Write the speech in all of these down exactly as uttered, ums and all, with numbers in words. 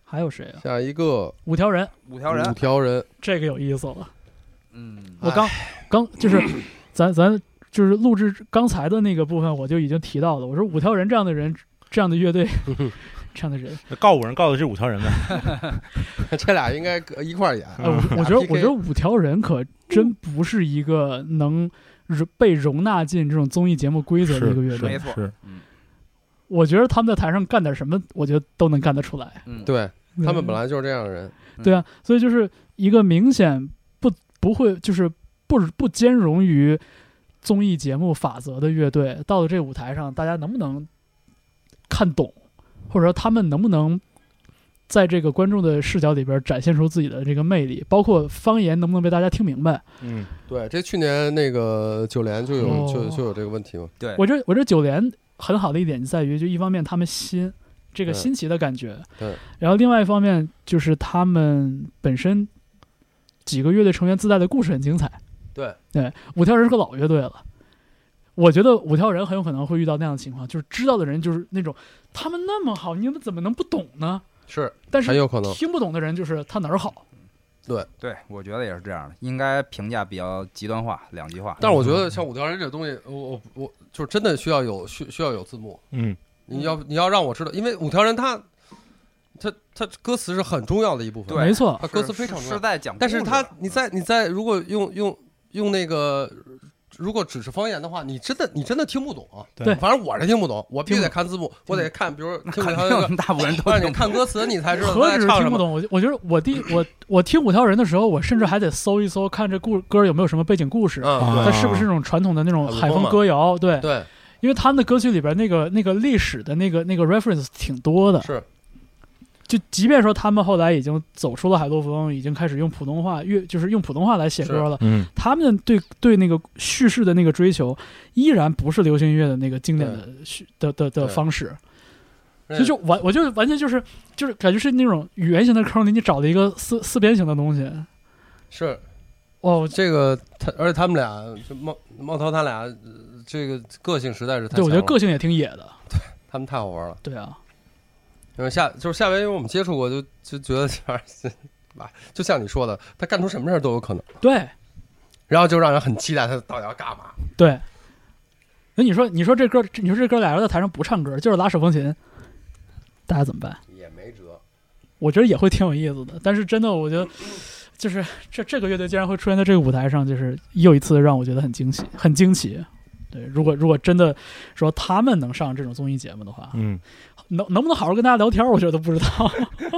还有谁啊？ 下一个五条人， 五条人， 五条人， 这个有意思了。 嗯， 我刚刚就是咱咱就是录制刚才的那个部分，我就已经提到了。我说五条人这样的人，这样的乐队，这样的人， 告五人告的是五条人呗。 这俩应该一块儿演。 呃，我我觉得我觉得五条人可真不是一个能被容纳进这种综艺节目规则的一个乐队。 没错， 嗯， 我觉得他们在台上干点什么，我觉得都能干得出来。 嗯， 对他们本来就是这样的人。 对啊，所以就是一个明显不不会就是不不兼容于综艺节目法则的乐队，到了这舞台上，大家能不能看懂，或者说他们能不能在这个观众的视角里边展现出自己的这个魅力，包括方言能不能被大家听明白？ 嗯， 对，这去年那个九连就有、哦、就就有这个问题嘛。 对， 我这我这九连很好的一点就在于，就一方面他们新。这个新奇的感觉， 对， 然后另外一方面就是他们本身几个乐队成员自带的故事很精彩， 对对，五条人是个老乐队了，我觉得五条人很有可能会遇到那样的情况，就是知道的人就是那种他们那么好，你们怎么能不懂呢？ 是， 但是很有可能听不懂的人就是他哪儿好， 对对，我觉得也是这样的，应该评价比较极端化、两极化。 但是我觉得像五条人这个东西，我我我就是真的需要有需需要有字幕， 嗯。 你要你要让我知道，因为五条人他他他歌词是很重要的一部分， 没错， 他歌词非常重要， 是在讲故事，但是他你在你在如果用用用那个如果只是方言的话，你真的你真的听不懂啊。 对， 反正我是听不懂，我必须得看字幕，我得看，比如听五条人， 大部分人都让你看歌词，你才知道何止听不懂。我我觉得我第我我听五条人的时候，我甚至还得搜一搜，看这故歌有没有什么背景故事， 嗯， 它是不是那种传统的那种海风歌谣？对对。 因为他们的歌曲里边那个那个历史的那个那个 reference 挺多的， 是， 就即便说他们后来已经走出了海陆风，已经开始用普通话粤，就是用普通话来写歌了， 嗯， 他们对对那个叙事的那个追求，依然不是流行音乐的那个经典的的的的方式，所以就完，我就完全就是就是感觉是那种圆形的坑里你找了一个四四边形的东西， 是， 哦， 这个他，而且他们俩就茂茂涛他俩。这个个性实在是太强了， 对，我觉得个性也挺野的， 对他们太好玩了。 对啊， 因为下就是下回因为我们接触过，就就觉得就像你说的，他干出什么事都有可能。 对， 然后就让人很期待他到底要干嘛。 对，那你说你说这歌，你说这歌俩人在台上不唱歌，就是拉手风琴，大家怎么办？ 也没辙。 我觉得也会挺有意思的，但是真的，我觉得就是这这个乐队竟然会出现在这个舞台上，就是又一次让我觉得很惊喜，很惊奇。对，如果如果真的说他们能上这种综艺节目的话， 嗯， 能能不能好好跟大家聊天，我觉得都不知道。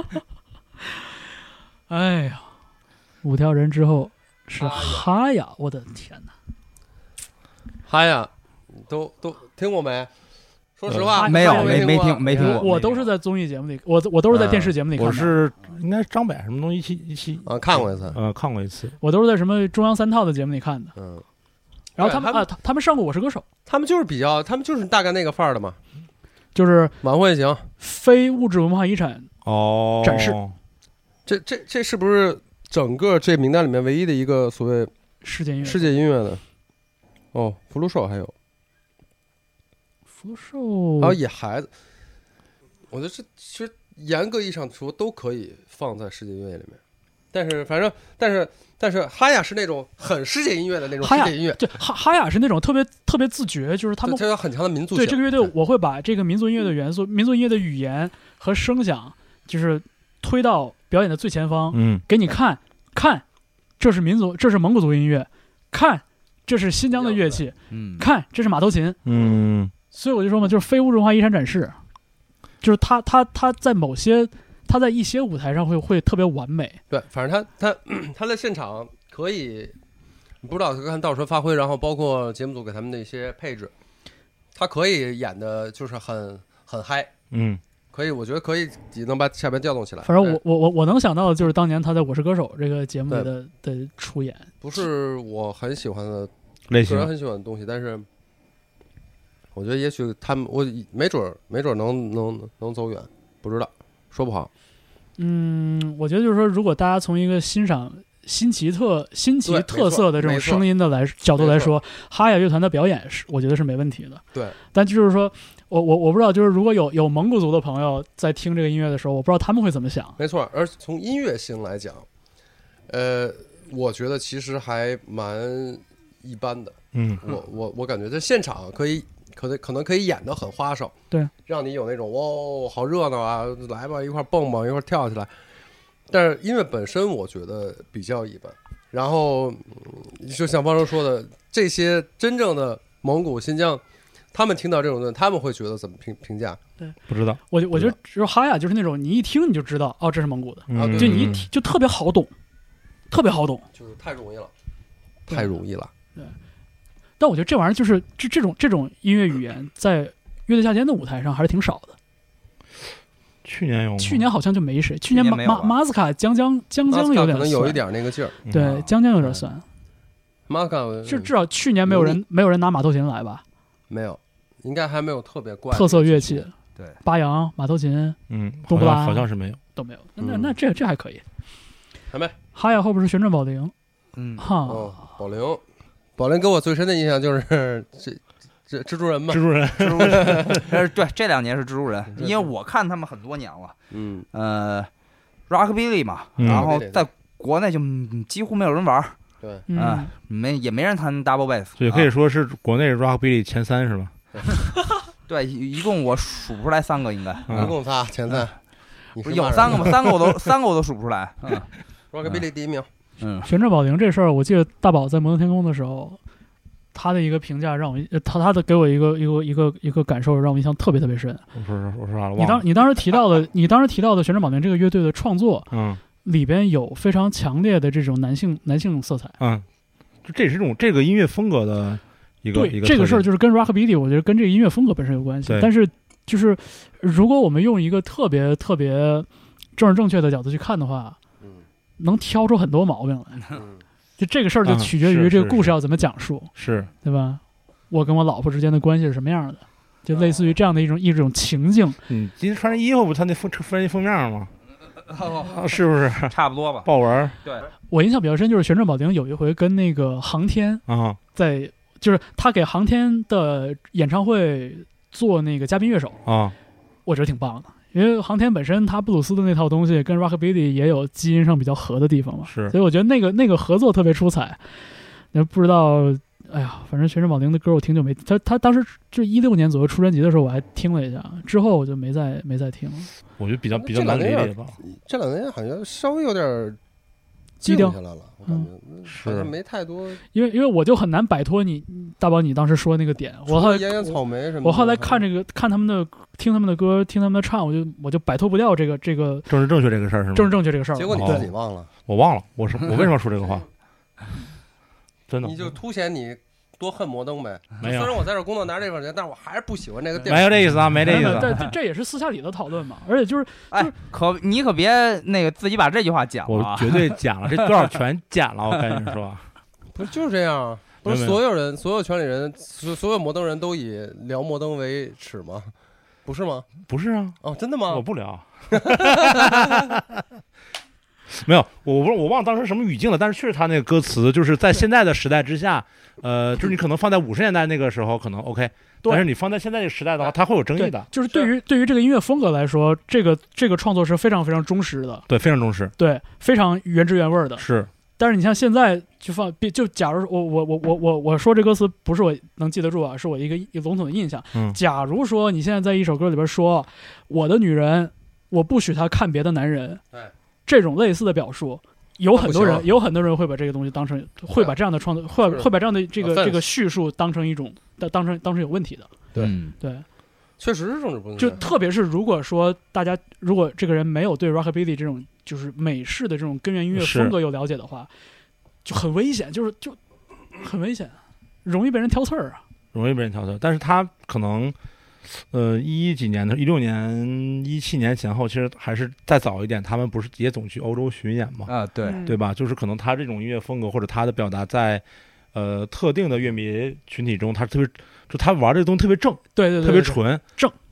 哎呀，五条人之后是哈雅，我的天哪！ 哈雅，都都听过没？说实话， 没有， 没没听，没听过。 我都是在综艺节目里，我我都是在电视节目里看的。 我是应该张柏什么东西一期一期啊看过一次， 呃看过一次。 我都是在什么中央三套的节目里看的。 嗯。 然后他们啊，他们上过《我是歌手》， 他们就是比较，他们就是大概那个范儿的嘛， 就是晚会型非物质文化遗产哦展示。 这这这是不是整个这名单里面唯一的一个所谓世界音乐世界音乐的？哦，福禄寿还有福禄寿， 还有野孩子，我觉得这其实严格意义上说都可以放在世界音乐里面，但是反正但是。但是哈雅是那种很世界音乐的那种世界音乐， 对哈哈雅是那种特别特别自觉，就是他们它有很强的民族性。 对这个乐队，我会把这个民族音乐的元素、民族音乐的语言和声响，就是推到表演的最前方， 嗯， 给你看看，这是民族，这是蒙古族音乐，看这是新疆的乐器， 嗯， 看这是马头琴， 嗯， 所以我就说嘛，就是非物质文化遗产展示，就是他他他在某些。他在一些舞台上会会特别完美， 对，反正他他他在现场可以，不知道看到时候发挥，然后包括节目组给他们的一些配置，他可以演的就是很很嗨， 嗯， 可以，我觉得可以能把下边调动起来。 反正我我我我能想到的就是当年他在《我是歌手》这个节目里的的出演， 不是我很喜欢的类型， 个人很喜欢的东西，但是我觉得也许他们我没准没准能能能走远，不知道。说不好， 嗯，我觉得就是说，如果大家从一个欣赏新奇特新奇对特色的这种没错声音的来角度来说，哈雅乐团的表演是我觉得是没问题的。 对， 但就是说我我我不知道，就是如果有有蒙古族的朋友在听这个音乐的时候，我不知道他们会怎么想。 没错。而从音乐性来讲，呃，我觉得其实还蛮一般的。 嗯， 我我我感觉在现场可以可能可能可以演得很花哨， 对， 让你有那种哇好热闹啊，来吧一块蹦蹦一块跳起来。但是音乐本身我觉得比较一般。然后、嗯、就像方舟说的，这些真正的蒙古新疆，他们听到这种东西，他们会觉得怎么评评价？ 对， 不知道。 我就我觉得只有哈雅就是那种你一听你就知道哦，这是蒙古的， 啊嗯， 就你一听就特别好懂，特别好懂。 就是太容易了，太容易了。 但我觉得这玩意儿就是这这种这种音乐语言在乐队夏天的舞台上还是挺少的。 去年有吗？ 去年好像就没谁，去年马去年没有吧马马斯卡将将将将有点可能有一算， 点那个劲儿。 对嗯将将有点算， 马卡就至少去年没有人没有人拿马头琴来吧， 没有，应该还没有特别怪的特色乐器， 对， 巴扬、马头琴嗯，好杜布拉像好像是没有。 都没有。那那嗯那这这还可以。 还没。 哈雅后边是旋转保龄， 嗯， 哈， 哦，宝玲，宝玲给我最深的印象就是这这蜘蛛人嘛蜘，蛛人， 蜘蛛人，呃，对，这两年是蜘蛛人， 这是因为我看他们很多年了， 嗯， 呃，Rockabilly 嘛， 嗯然后 Rockabilly 在国内就嗯几乎没有人玩儿， 对， 嗯啊，没也没人弹 double bass， 所以可以啊说是国内 Rockabilly 前三是吧？ 对，一一共我数不出来三个应该， 一共仨前三，你不是骂人是有三个吗？三个我都三个我都数不出来，嗯 ，Rockabilly 第一名， 嗯， 旋转保龄这事儿，我记得大宝在摩登天空的时候，他的一个评价让我呃他他的给我一个一个一个一个感受让我印象特别特别深。 我说我说啥了？ 你忘了。 当你当时提到的，你当时提到的旋转保龄这个乐队的创作嗯里边有非常强烈的这种男性男性色彩。 嗯，就这也是这种这个音乐风格的一个一对这个事儿， 个特点就是跟 Rockabilly，我觉得跟这个音乐风格本身有关系对。 但是就是如果我们用一个特别特别政治正确的角度去看的话， 嗯能挑出很多毛病来。 嗯， 就这个事儿就嗯取决于是是是这个故事要怎么讲述， 是对吧？我跟我老婆之间的关系是什么样的？就类似于这样的一种一种情境。 你今天穿着衣服不，他那封专辑封面吗？啊，是不是差不多吧， 豹纹对， 我印象比较深，就是旋转保龄有一回跟那个航天啊？ 在，就是他给航天的演唱会做那个嘉宾乐手， 啊， 我觉得挺棒的。因为航天本身它布鲁斯的那套东西跟 Rockabilly 也有基因上比较合的地方嘛， 是所以我觉得那个那个合作特别出彩。也不知道，哎呀，反正旋转保龄的歌我挺久没，他他当时就一六年左右出专辑的时候我还听了一下，之后我就没再没再听了。 我觉得比较比较这两年难理解吧。 这两年好像稍微有点基调静下来了，我感觉好像没太多。 因为因为我就很难摆脱你大宝你当时说那个点，我后来除了烟烟草莓什么的， 我后来看这个看他们的听他们的歌听他们的唱，我就我就摆脱不掉这个这个政治正确这个事儿是吗？ 政治正确这个事儿了。 结果你哦自己忘了， 我忘了，我是我为什么要说这个话？真的你就凸显你多恨摩登呗。 没有虽然我在这工作拿这份钱，但是我还是不喜欢这个店。 没有这意思啊，没这意没有这思。 这这也是私下里的讨论嘛，而且就是哎，可你可别那个自己把这句话讲了啊， 我绝对剪了，这多少全剪了，我跟你说。 不是就是这样啊？不是没有所有人、所有圈里人、所所有摩登人都以聊摩登为耻吗？不是吗？ 不是啊， 哦，真的吗？ 我不聊。没有，我不是我忘了当时什么语境了，但是确实他那个歌词就是在现在的时代之下，呃，就是你可能放在五十年代那个时候可能 OK， 对但是你放在现在这个时代的话，它会有争议对的，， 就是对于对于这个音乐风格来说，这个这个创作是非常非常忠实的， 对，非常重视， 对，非常原汁原味的。 是， 但是你像现在就放，就假如我我我我我我说这歌词不是我能记得住啊，是我一个一个笼统的印象。 嗯， 假如说你现在在一首歌里边说我的女人，我不许她看别的男人， 哎这种类似的表述。有很多人， 那不行有很多人会把这个东西当成，会把这样的创作，会是会把这样的这个 offense 这个叙述当成一种，当成当成有问题的。 对嗯对， 确实是政治不正确。 就特别是如果说大家如果这个人没有对 Rockabilly 这种就是美式的这种根源音乐是风格有了解的话，就很危险，就是就很危险，容易被人挑刺儿啊。 容易被人挑刺，但是他可能。呃，一几年的，一六年、一七年前后，其实还是再早一点。他们不是也总去欧洲巡演嘛， 啊，对， 嗯对吧？就是可能他这种音乐风格或者他的表达在，呃特定的乐迷群体中，他特别就他玩这个东西特别正， 对对对， 特别对纯， 正。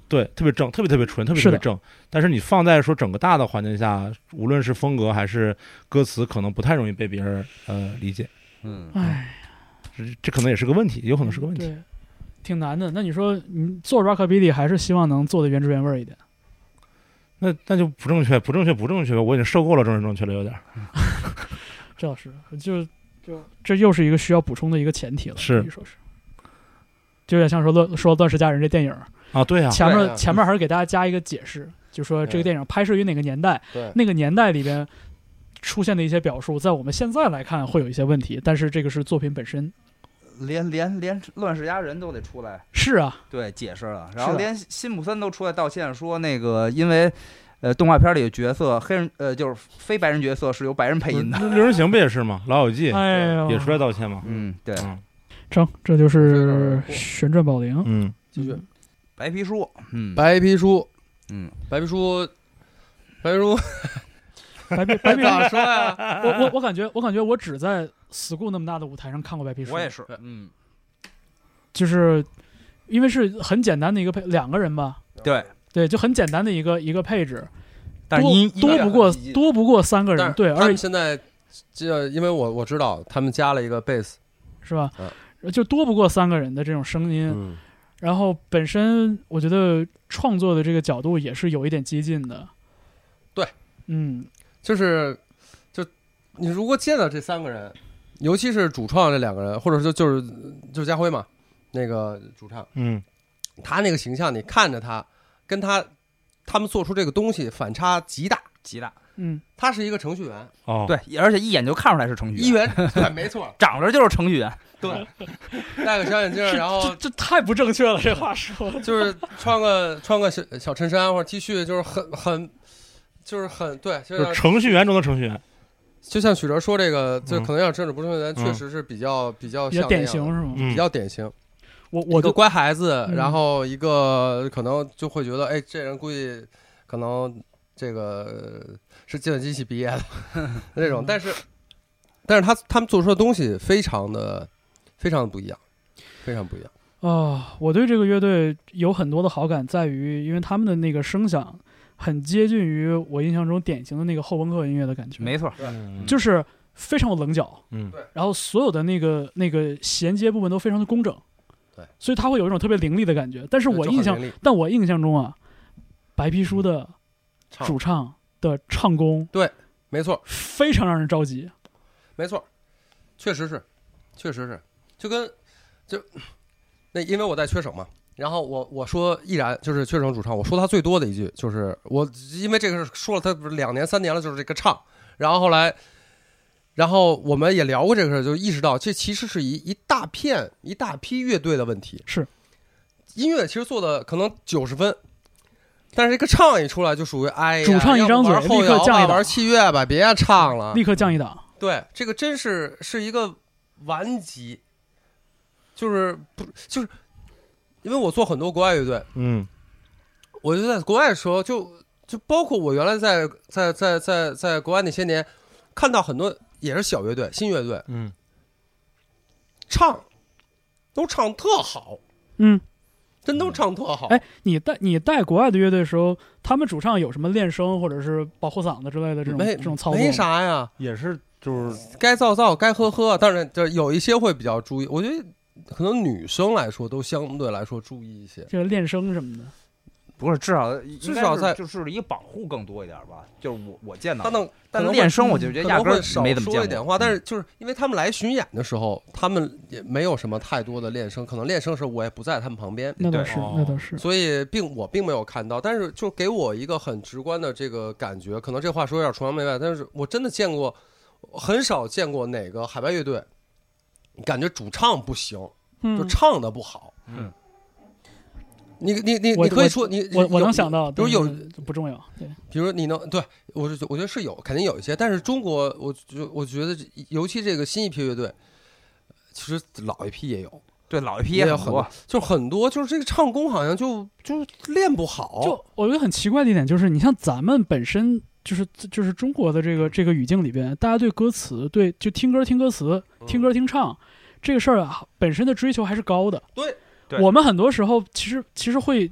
对，特别正，特别特别纯，特别特别正。但是你放在说整个大的环境下，无论是风格还是歌词，可能不太容易被别人呃理解。 嗯， 哎， 这这可能也是个问题，有可能是个问题。 对，挺难的。那你说你做 rockabilly 还是希望能做的原汁原味一点？ 那那就不正确，不正确，不正确吧？我已经受够了正确正确了，有点。 这倒是，就就这又是一个需要补充的一个前提了。 是， 可以说是，就有点像说乱说《乱世佳人》这电影啊，对啊， 前面、 啊、 前面还是给大家加一个解释，就说这个电影拍摄于哪个年代， 对， 那个年代里边出现的一些表述，在我们现在来看会有一些问题，但是这个是作品本身。 连连连乱世佳人都得出来， 是啊， 对，解释了，然后连辛普森都出来道歉，说那个因为，呃，动画片里的角色黑人呃就是非白人角色是由白人配音的， 六人行不也是吗？老友记哎呦也出来道歉吗？ 嗯，对， 成，这就是旋转宝铃， 嗯， 继续， 白皮书，嗯， 白皮书， 嗯， 白皮书，白皮书。 白皮白皮咋说呀？ 我我我感觉我感觉我只在 school 那么大的舞台上看过白皮书。 我也是，嗯， 就是因为是很简单的一个配两个人吧， 对对，就很简单的一个一个配置， 但是音多多不过多不过三个人，对， 而且现在这因为我我知道他们加了一个贝斯， 是吧？ 嗯， 就多不过三个人的这种声音， 嗯， 然后本身我觉得创作的这个角度也是有一点激进的， 对， 嗯。 就是，就你如果见到这三个人，尤其是主创这两个人，或者说就是就是家辉嘛，那个主唱， 嗯， 他那个形象，你看着他，跟他他们做出这个东西反差极大， 极大， 嗯， 他是一个程序员， 哦， 对，而且一眼就看出来是程序员， 一元，对，没错， 长着就是程序员， 对，戴个小眼镜，然后这这太不正确了，这话说， 就是穿个穿个小小衬衫或者 T 恤，就是很很。就是很对，就就是程序员中的程序员， 就像许哲说这个，就可能要政治不正确员，确实是比较比较比较典型是吗？ 比较典型。 我我一个乖孩子，然后一个可能就会觉得，哎，这人估计可能这个是计算机系毕业的那种，但是但是他他们做出的东西非常的非常的不一样，非常不一样啊！我对这个乐队有很多的好感，在于因为他们的那个声响。很接近于我印象中典型的那个后朋克音乐的感觉， 没错， 就是非常有棱角， 嗯， 对， 然后所有的那个那个衔接部分都非常的工整， 对， 所以它会有一种特别凌厉的感觉。但是我印象，但我印象中啊，白皮书的主唱的唱功， 对，没错， 非常让人着急， 没错，确实是，确实是，就跟就那因为我在缺省嘛。然后我我说毅然就是缺省主唱，我说他最多的一句就是我，因为这个是说了他两年三年了，就是这个唱。然后后来，然后我们也聊过这个事儿，就意识到这其实是一一大片一大批乐队的问题。 是音乐其实做的可能九十分，但是这个唱一出来就属于哎呀， 主唱一张嘴立刻降一档， 玩器乐吧，别唱了， 立刻降一档。 对，这个真是是一个顽疾，就是不就是。因为我做很多国外乐队， 嗯， 我就在国外的时候，就就包括我原来在在在在在国外那些年，看到很多也是小乐队、新乐队， 嗯， 唱都唱特好， 嗯， 真都唱特好。 哎，你带你带国外的乐队的时候，他们主唱有什么练声或者是保护嗓子之类的这种没这种操作？ 没啥呀， 也是就是该造造该喝喝，当然就有一些会比较注意，我觉得。可能女生来说都相对来说注意一些， 这个练声什么的， 不是至少至少在就是一个保护更多一点吧。就是我我见到他能， 但练声我就觉得压根儿没怎么说一点话。但是就是因为他们来巡演的时候，他们也没有什么太多的练声，可能练声的时候我也不在他们旁边。 那倒是，那倒是。 所以并我并没有看到，但是就给我一个很直观的这个感觉。可能这话说有点崇洋媚外，但是我真的见过，很少见过哪个海外乐队，感觉主唱不行。就唱的不好， 嗯， 你你你你可以说你我我能想到， 比如有不重要，对， 比如你能对我我觉得是有，肯定有一些，但是中国我就我觉得尤其这个新一批乐队，其实老一批也有， 对老一批也有很多， 就很多就是这个唱功好像就就练不好。 就我觉得很奇怪的一点就是，你像咱们本身就是就是中国的这个这个语境里边，大家对歌词对就听歌听歌词听歌听唱。这个事儿啊，本身的追求还是高的。 对， 对我们很多时候其实其实会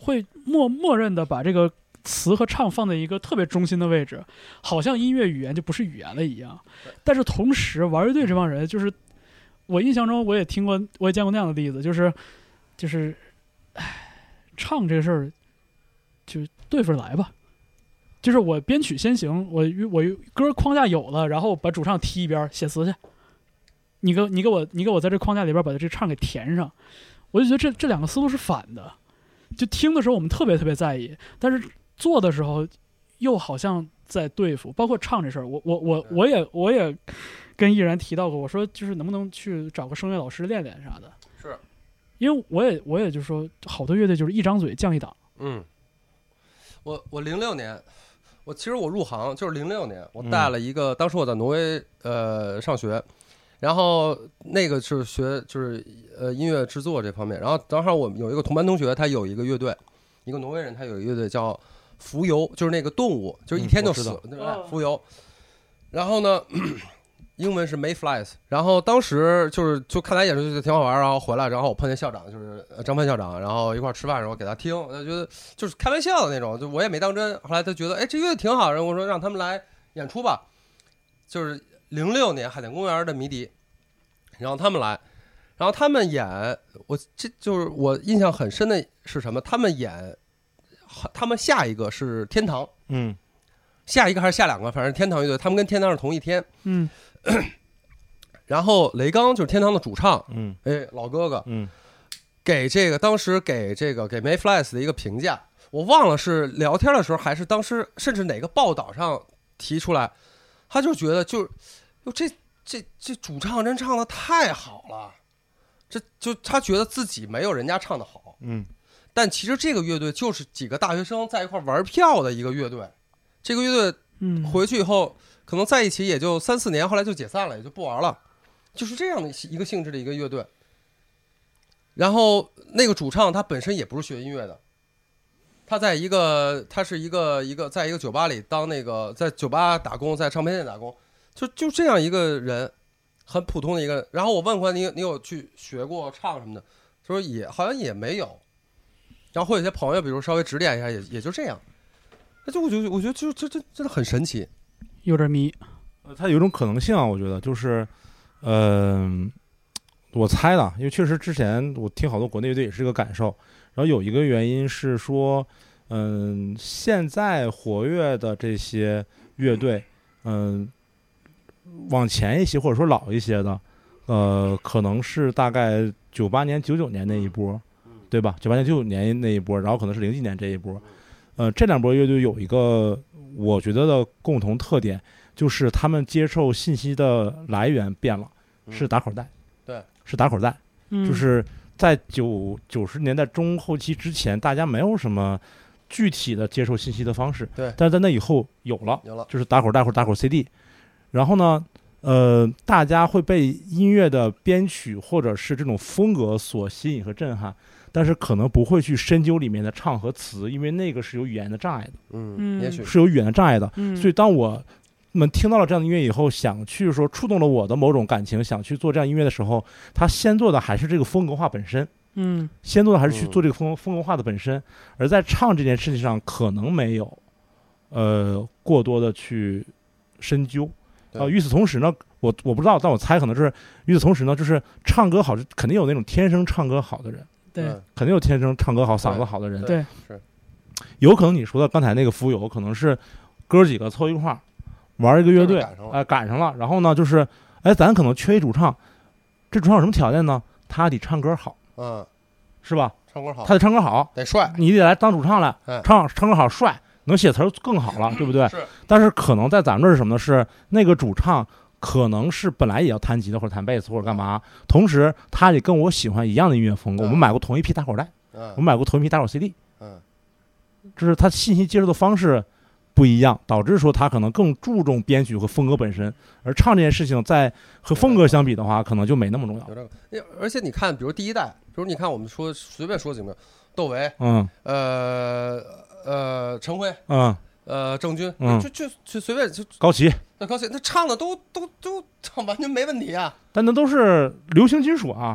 会默默认的把这个词和唱放在一个特别中心的位置，好像音乐语言就不是语言了一样。但是同时玩乐队这帮人，就是我印象中我也听过，我也见过那样的例子，就是就是唉，唱这个事儿就对付着来吧。就是我编曲先行，我我歌框架有了，然后把主唱踢一边写词去。你给你给我你给我在这框架里边把这唱给填上，我就觉得这这两个思路是反的。就听的时候我们特别特别在意，但是做的时候又好像在对付。包括唱这事儿，我我我我也我也跟艺人提到过，我说就是能不能去找个声乐老师练练啥的。 是， 因为我也我也就说，好多乐队就是一张嘴降一档。 嗯，我我零六年。我其实我入行就是零六年，我带了一个，嗯、当时我在挪威呃上学，然后那个是学就是呃音乐制作这方面，然后正好我们有一个同班同学，他有一个乐队，一个挪威人，他有一个乐队叫浮游，就是那个动物，就是一天就死了，对吧？浮游，然后呢，英文是 Mayflies， 然后当时就是就看他演出就挺好玩，然后回来，然后我碰见校长，就是张帆校长，然后一块吃饭的时候给他听，他觉得就是开玩笑的那种，就我也没当真。后来他觉得，哎，这乐队挺好，然后我说让他们来演出吧，就是零六年海淀公园的迷笛，然后他们来，然后他们演，我这就是我印象很深的是什么？他们演，他们下一个是天堂， 嗯， 下一个还是下两个，反正天堂乐队，他们跟天堂是同一天， 嗯。 然后雷刚就是天堂的主唱， 嗯， 哎，老哥哥， 嗯， 给这个当时给这个给 Mayflies 的一个评价，我忘了是聊天的时候还是当时甚至哪个报道上提出来，他就觉得就，哟这这这主唱真唱的太好了，这就他觉得自己没有人家唱的好， 嗯， 但其实这个乐队就是几个大学生在一块玩票的一个乐队，这个乐队嗯回去以后。可能在一起也就三四年，后来就解散了，也就不玩了，就是这样的一个性质的一个乐队。然后那个主唱他本身也不是学音乐的，他在一个他是一个一个在一个酒吧里当那个在酒吧打工，在唱片店打工，就就这样一个人，很普通的一个人。然后我问过你，你有去学过唱什么的？他说也好像也没有。然后会有些朋友，比如稍微指点一下，也也就这样。那就我觉得我觉得就这这真的很神奇。 有点迷， 呃，它有一种可能性啊，我觉得就是，嗯、呃，我猜的，因为确实之前我听好多国内乐队也是这个感受，然后有一个原因是说，嗯、呃，现在活跃的这些乐队，嗯、呃，往前一些或者说老一些的，呃，可能是大概九八年、九九年那一波，对吧？九八年、九九年那一波，然后可能是零几年这一波，呃，这两波乐队有一个。我觉得的共同特点就是他们接受信息的来源变了，是打口袋， 对， 是打口袋， 嗯、 就是在九九十年代中后期之前，大家没有什么具体的接受信息的方式， 对， 但是在那以后有了， 有了， 就是打口袋或者打口 C D， 然后呢，呃，大家会被音乐的编曲或者是这种风格所吸引和震撼。但是可能不会去深究里面的唱和词，因为那个是有语言的障碍的， 嗯，也许是有语言的障碍的。 嗯， 所以当我们听到了这样的音乐以后，想去说触动了我的某种感情，想去做这样音乐的时候，他先做的还是这个风格化本身， 嗯， 先做的还是去做这个风风格化的本身，而在唱这件事情上可能没有，呃，过多的去深究。啊，与此同时呢，我我不知道，但我猜可能是与此同时呢，就是唱歌好，肯定有那种天生唱歌好的人。 对， 肯定有天生唱歌好、嗓子好的人。 对， 是有可能你说的刚才那个浮游，可能是哥几个凑一块儿玩一个乐队，哎、呃，赶上了。然后呢，就是哎，咱可能缺一主唱，这主唱有什么条件呢？他得唱歌好， 嗯， 是吧？ 唱歌好， 他得唱歌好， 得帅， 你得来当主唱来，唱唱歌好帅，能写词儿更好了，对不对？ 是。 但是可能在咱们这儿是什么呢？是那个主唱。可能是本来也要弹吉他或者弹贝斯或者干嘛，同时他也跟我喜欢一样的音乐风格。嗯、我们买过同一批打口袋，嗯、我们买过同一批打口 C D， 嗯，就是他信息接受的方式不一样，导致说他可能更注重编曲和风格本身，而唱这件事情在和风格相比的话，可能就没那么重要。 有这个，而且你看，比如第一代，比如你看我们说随便说几个，窦唯， 嗯， 呃呃，陈辉， 嗯。 呃，郑钧， 嗯， 就就就随便就高旗， 那高旗，那唱的都都都唱完全没问题啊。 但那都是流行金属啊，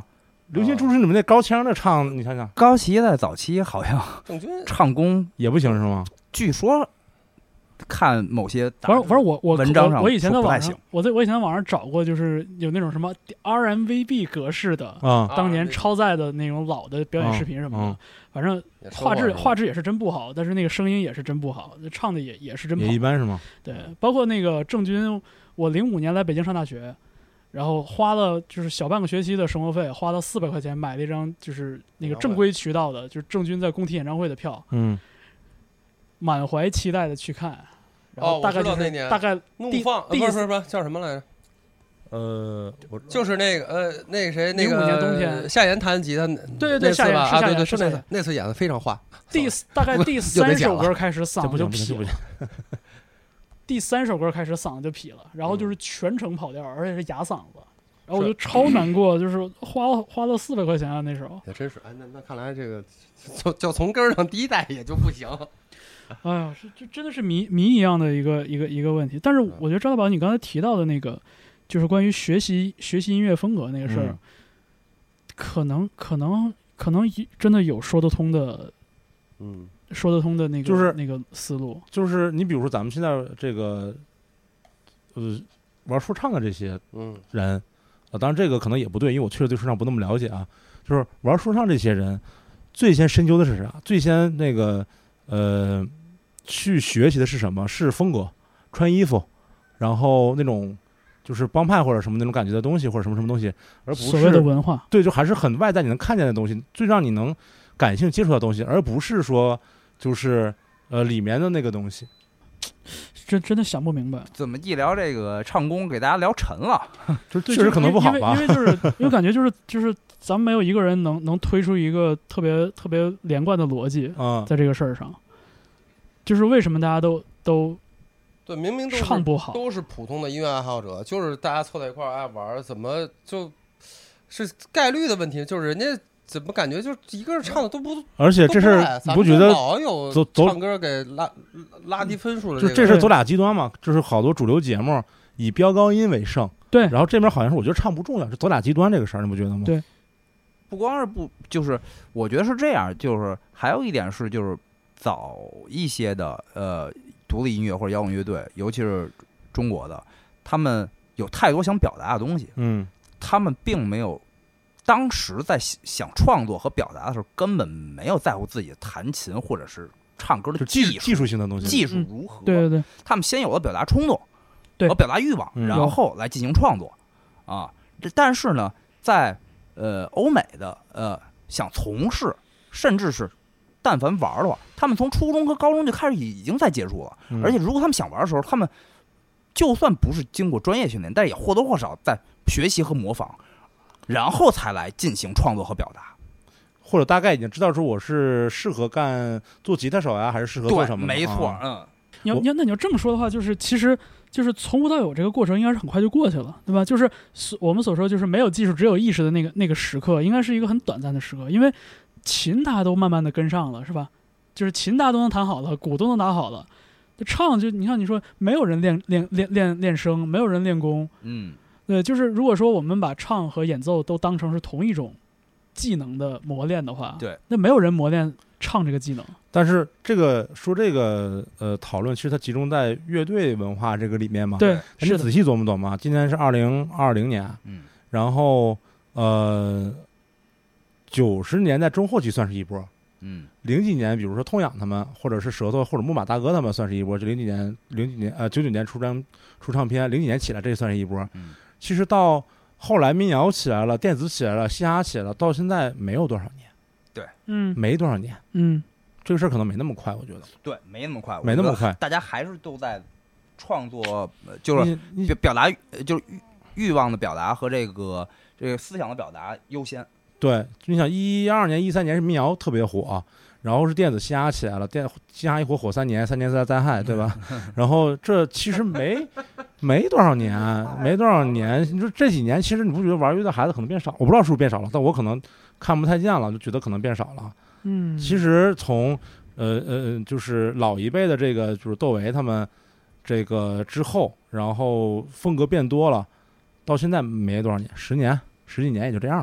流行出身里面那高腔的唱，你想想， 高旗在早期好像郑钧唱功也不行是吗？ 据说看某些反正反正我我文章上我我以前在说不太行网上，我在我以前在网上找过，就是有那种什么 R M V B 格式的， 啊， 当年超载的那种老的表演视频什么的， 嗯嗯反正也说过画质是吧画质也是真不好，但是那个声音也是真不好，唱的也也是真不也好。 一般是吗？ 对，包括那个郑钧，我零五年来北京上大学，然后花了就是小半个学期的生活费，花了四百块钱买了一张就是那个正规渠道的，就是郑钧在工体演唱会的票， 嗯， 满怀期待的去看，然后哦大概就是我知道那年大概第怒放，呃第不是不是不是叫什么来着？ 呃，我就是那个呃，那个谁，那零五年冬个天夏言弹吉他， 对对对那次吧，啊， 夏言是夏对对，是那言是夏言次那次演的非常化。 第大概第又三得讲了首歌开始嗓这不子就劈行不行不行了，第三首歌开始嗓子就劈了，然后就是全程跑调，而且是哑嗓子，然后我就超难过，就是花了花了四百块钱啊那时候， 也真是，哎，那那看来这个就就从根儿上第一代也就不行。 哎呀，是这真的是谜谜一样的一个一个一个问题。但是我觉得张大宝你刚才提到的那个，就是关于学习学习音乐风格那个事儿， 嗯可能可能可能真的有说得通的， 嗯， 说得通的那个就是那个思路。 就是你比如说咱们现在这个呃玩说唱的这些嗯人，啊，当然这个可能也不对，因为我确实对说唱不那么了解啊。就是玩说唱这些人，最先深究的是啥？最先那个呃去学习的是什么？是风格、穿衣服，然后那种就是帮派或者什么那种感觉的东西，或者什么什么东西，而不所谓的是文化， 对，就还是很外在你能看见的东西，最让你能感兴趣接触到的东西，而不是说就是呃里面的那个东西。 真真的想不明白。 怎么一聊这个唱功，给大家聊沉了？ 就对确实可能不好吧因为因为因为就是因为感觉就是就是咱们没有一个人能能推出一个特别特别连贯的逻辑， 啊、 在这个事儿上，就是为什么大家都都对，明明都是唱不好， 都是普通的音乐爱好者，就是大家凑在一块儿爱玩，怎么就是概率的问题？就是人家怎么感觉就是一个人唱的都不， 而且这事儿你不觉得老有走走唱歌给拉拉低分数了？ 就这对这事走俩极端嘛？就是好多主流节目以飙高音为胜， 对， 然后这边好像是我觉得唱不重要，是走俩极端这个事儿，你不觉得吗？ 对不光是不，就是我觉得是这样，就是还有一点是，就是早一些的呃独立音乐或者摇滚乐队，尤其是中国的，他们有太多想表达的东西， 嗯， 他们并没有当时在想创作和表达的时候，根本没有在乎自己的弹琴或者是唱歌的就技术技技术性的东西， 技术如何， 对对对， 他们先有了表达冲动， 对和表达欲望， 嗯然后来进行创作啊。这但是呢，在呃欧美的呃想从事，甚至是但凡玩的话，他们从初中和高中就开始已经在接触了， 嗯而且如果他们想玩的时候，他们就算不是经过专业训练，但是也或多或少在学习和模仿，然后才来进行创作和表达。 或者大概已经知道说我是适合干做吉他手呀，还是适合做对， 什么的？ 没错， 啊嗯。 我你要你要那你要这么说的话，就是其实就是从无到有这个过程应该是很快就过去了，对吧？就是所我们所说就是没有技术只有意识的那个那个时刻，应该是一个很短暂的时刻，因为琴大家都慢慢的跟上了，是吧？就是琴大家都能弹好了，鼓都能打好了，就唱就你看你说没有人练练练练练声，没有人练功， 嗯， 对，就是如果说我们把唱和演奏都当成是同一种技能的磨练的话， 对， 那没有人磨练唱这个技能。 但是这个说这个呃讨论，其实它集中在乐队文化这个里面嘛。 对， 哎是的， 你仔细琢磨琢磨，今年是二零二零年， 嗯， 然后呃九十年代中后期算是一波， 嗯， 零几年比如说痛痒他们，或者是舌头或者木马大哥他们算是一波，就零几年零几年呃九九年出张出唱片，零几年起来这算是一波。 嗯， 其实到后来民谣起来了，电子起来了，嘻哈起来了，到现在没有多少年， 嗯没多少年， 嗯， 这个事儿可能没那么快，我觉得对，没那么快， 没那么快， 大家还是都在创作，呃就是你你表表达，呃就是欲欲望的表达和这个这个思想的表达优先。 对，你想一二年、一三年是民谣特别火，然后是电子嘻哈起来了，电嘻哈一火火三年，三年灾灾害，对吧？然后这其实没没多少年，没多少年。你说这几年，其实你不觉得玩乐的孩子可能变少？我不知道是不是变少了，但我可能看不太见了，就觉得可能变少了。 嗯， 其实从呃呃，就是老一辈的这个，就是窦唯他们这个之后，然后风格变多了，到现在没多少年，十年十几年也就这样了。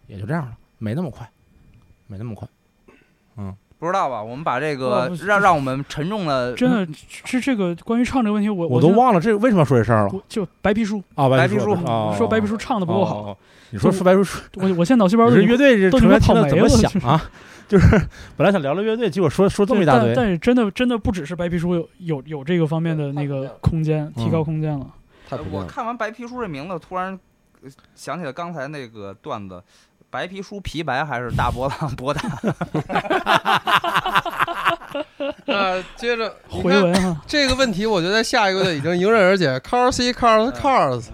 也就这样了，没那么快，没那么快。嗯， 不知道吧？我们把这哇个让让我们沉重的真的是这个关于唱这个问题，我我都忘了这为什么要说这事儿了我就白皮书啊！ 白皮书啊， 说白皮书唱的不够好。 哦哦你说说白皮书， 我我现在脑细胞都你是乐队这都成员听跑没了了怎么想啊？就是本来想聊聊乐队，结果说说这么一大堆。 但但是真的真的不只是白皮书有有有这个方面的那个空间提高空间了。 太普遍了。 我看完白皮书这名字，突然想起了刚才那个段子。白皮书皮白还是大波浪波大？ 呃，接着回文哈， 这个问题，我觉得下一个就已经迎刃而解。Cars Cars Cars。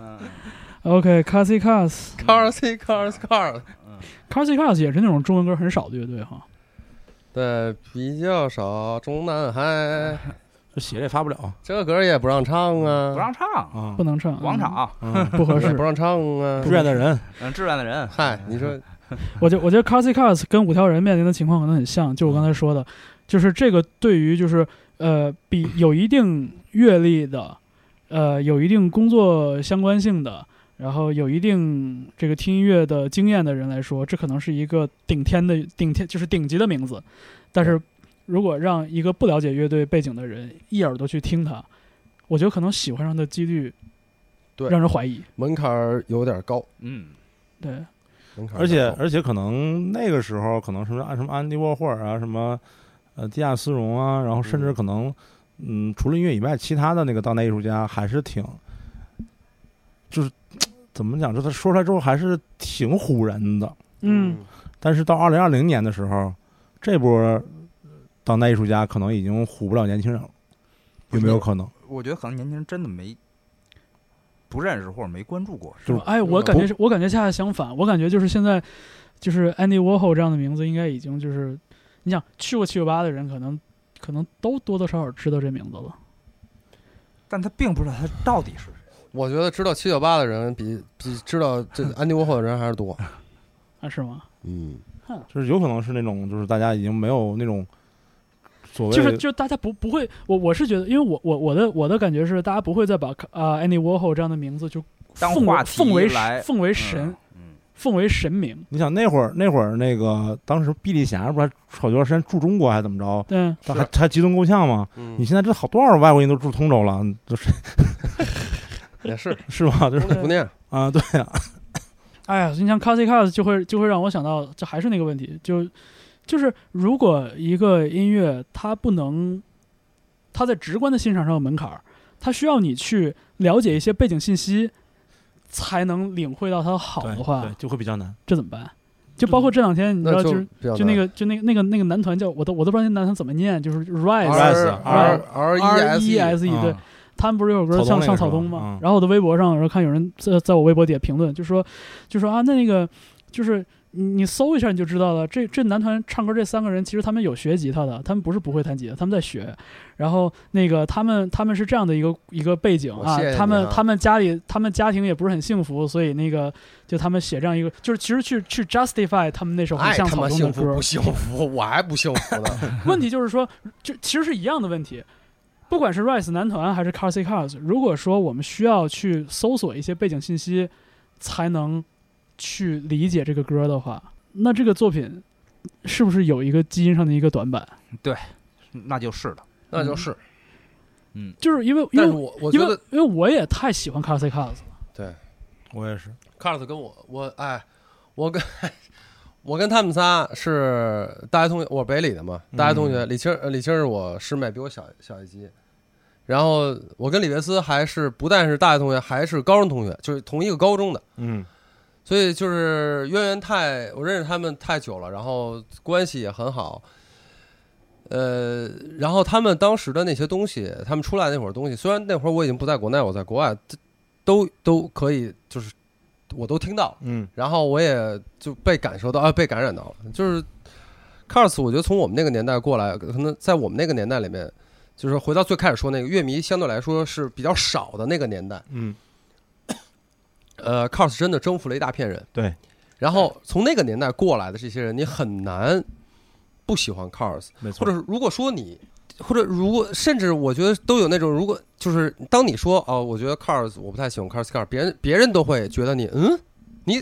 OK，Cars Cars Cars Cars Cars。 Cars Cars 也是那种中文歌很少的乐队哈。 对，比较少。中南海。 这写也发不了， 这个歌也不让唱啊， 不让唱啊， 不能唱， 广场不合适， 不让唱啊。 志愿的人， 嗯，志愿的人， 嗨，你说， 我觉我觉得 Cars Cars 跟五条人面临的情况可能很像，就我刚才说的，就是这个对于就是呃比有一定阅历的，呃有一定工作相关性的，然后有一定这个听音乐的经验的人来说，这可能是一个顶天的顶天就是顶级的名字，但是。如果让一个不了解乐队背景的人一耳朵去听它，我觉得可能喜欢上的几率， 对， 让人怀疑， 门槛有点高。 嗯， 对， 门槛而且而且可能那个时候可能什么按什么安迪沃霍尔啊，什么呃地下丝绒啊，然后甚至可能嗯除了音乐以外，其他的那个当代艺术家还是挺，就是怎么讲，这他说出来之后还是挺唬人的。 嗯， 但是到二零二零年的时候，这波。当代艺术家可能已经唬不了年轻人了，有没有可能？ 我觉得可能年轻人真的没不认识或者没关注过。 是吧？哎，我感觉是，我感觉恰恰相反，我感觉就是现在，就是 Andy Warhol 这样的名字，应该已经就是，你想去过七九八的人，可能可能都多多少少知道这名字了， 但他并不知道他到底是谁。 我觉得知道七九八的人比比知道这 Andy Warhol 的人还是多。 啊，是吗？ 嗯， 就是有可能是那种，就是大家已经没有那种。 就是就是大家不不会，我我是觉得，因为我我我的我的感觉是，大家不会再把啊、呃、Andy Warhol 这样的名字就奉为奉为奉为神， 嗯， 奉为神明。 你想那会儿那会儿那个当时毕丽霞不是好多段时间驻中国还是怎么着？ 对， 还还激动够呛吗？ 嗯、 你现在这好多少外国人都住通州了，都是也是是吧？就是不念啊，对呀、啊。 哎呀，你像 Cars Cars 就会就会让我想到，这还是那个问题，就。就是如果一个音乐它不能，它在直观的欣赏上有门槛，它需要你去了解一些背景信息，才能领会到它好的话， 对，对就会比较难。 这怎么办？就包括这两天，你知道，就是就那个就那个那个那个男团叫我都我都不知道那男团怎么念，就是 Rise R R R E S E 对。他们不是有歌像像草东吗？然后我的微博上，然后看有人在在我微博底下评论，就说就说啊，那那个就是。你搜一下你就知道了，这这男团唱歌这三个人其实他们有学吉他的，他们不是不会弹吉他，他们在学。然后那个他们他们是这样的一个一个背景啊， 谢谢他们他们家里他们家庭也不是很幸福，所以那个就他们写这样一个，就是其实去去 justify 他们那首很像草东的歌。 不幸福，我还不幸福呢。 问题就是说，就其实是一样的问题。不管是 Rise 男团还是 Cars Cars， 如果说我们需要去搜索一些背景信息，才能去理解这个歌的话，那这个作品是不是有一个基因上的一个短板？ 对，那就是的， 那就是， 嗯，就是因为因为我我觉得因为我也太喜欢 Cars Cars 了， 对， 我也是 Cars 跟我我哎，我跟我跟他们仨是大学同学，我北理的嘛，大学同学，嗯、李青李青是我师妹，比我小小一级。然后我跟李维斯还是不但是大学同学，还是高中同学，就是同一个高中的。 嗯， 所以就是渊源太，我认识他们太久了，然后关系也很好。呃，然后他们当时的那些东西，他们出来那会儿东西，虽然那会儿我已经不在国内，我在国外，都都可以，就是我都听到， 嗯， 然后我也就被感受到啊，被感染到了。就是 Cars， 我觉得从我们那个年代过来，可能在我们那个年代里面。就是回到最开始说那个乐迷相对来说是比较少的那个年代， 嗯， 呃 ，Cars 真的征服了一大片人， 对。 然后从那个年代过来的这些人，你很难不喜欢 Cars， 没错。 或者如果说你，或者如果甚至我觉得都有那种，如果就是当你说哦，我觉得 Cars 我不太喜欢 Cars Cars， 别人别人都会觉得你嗯，你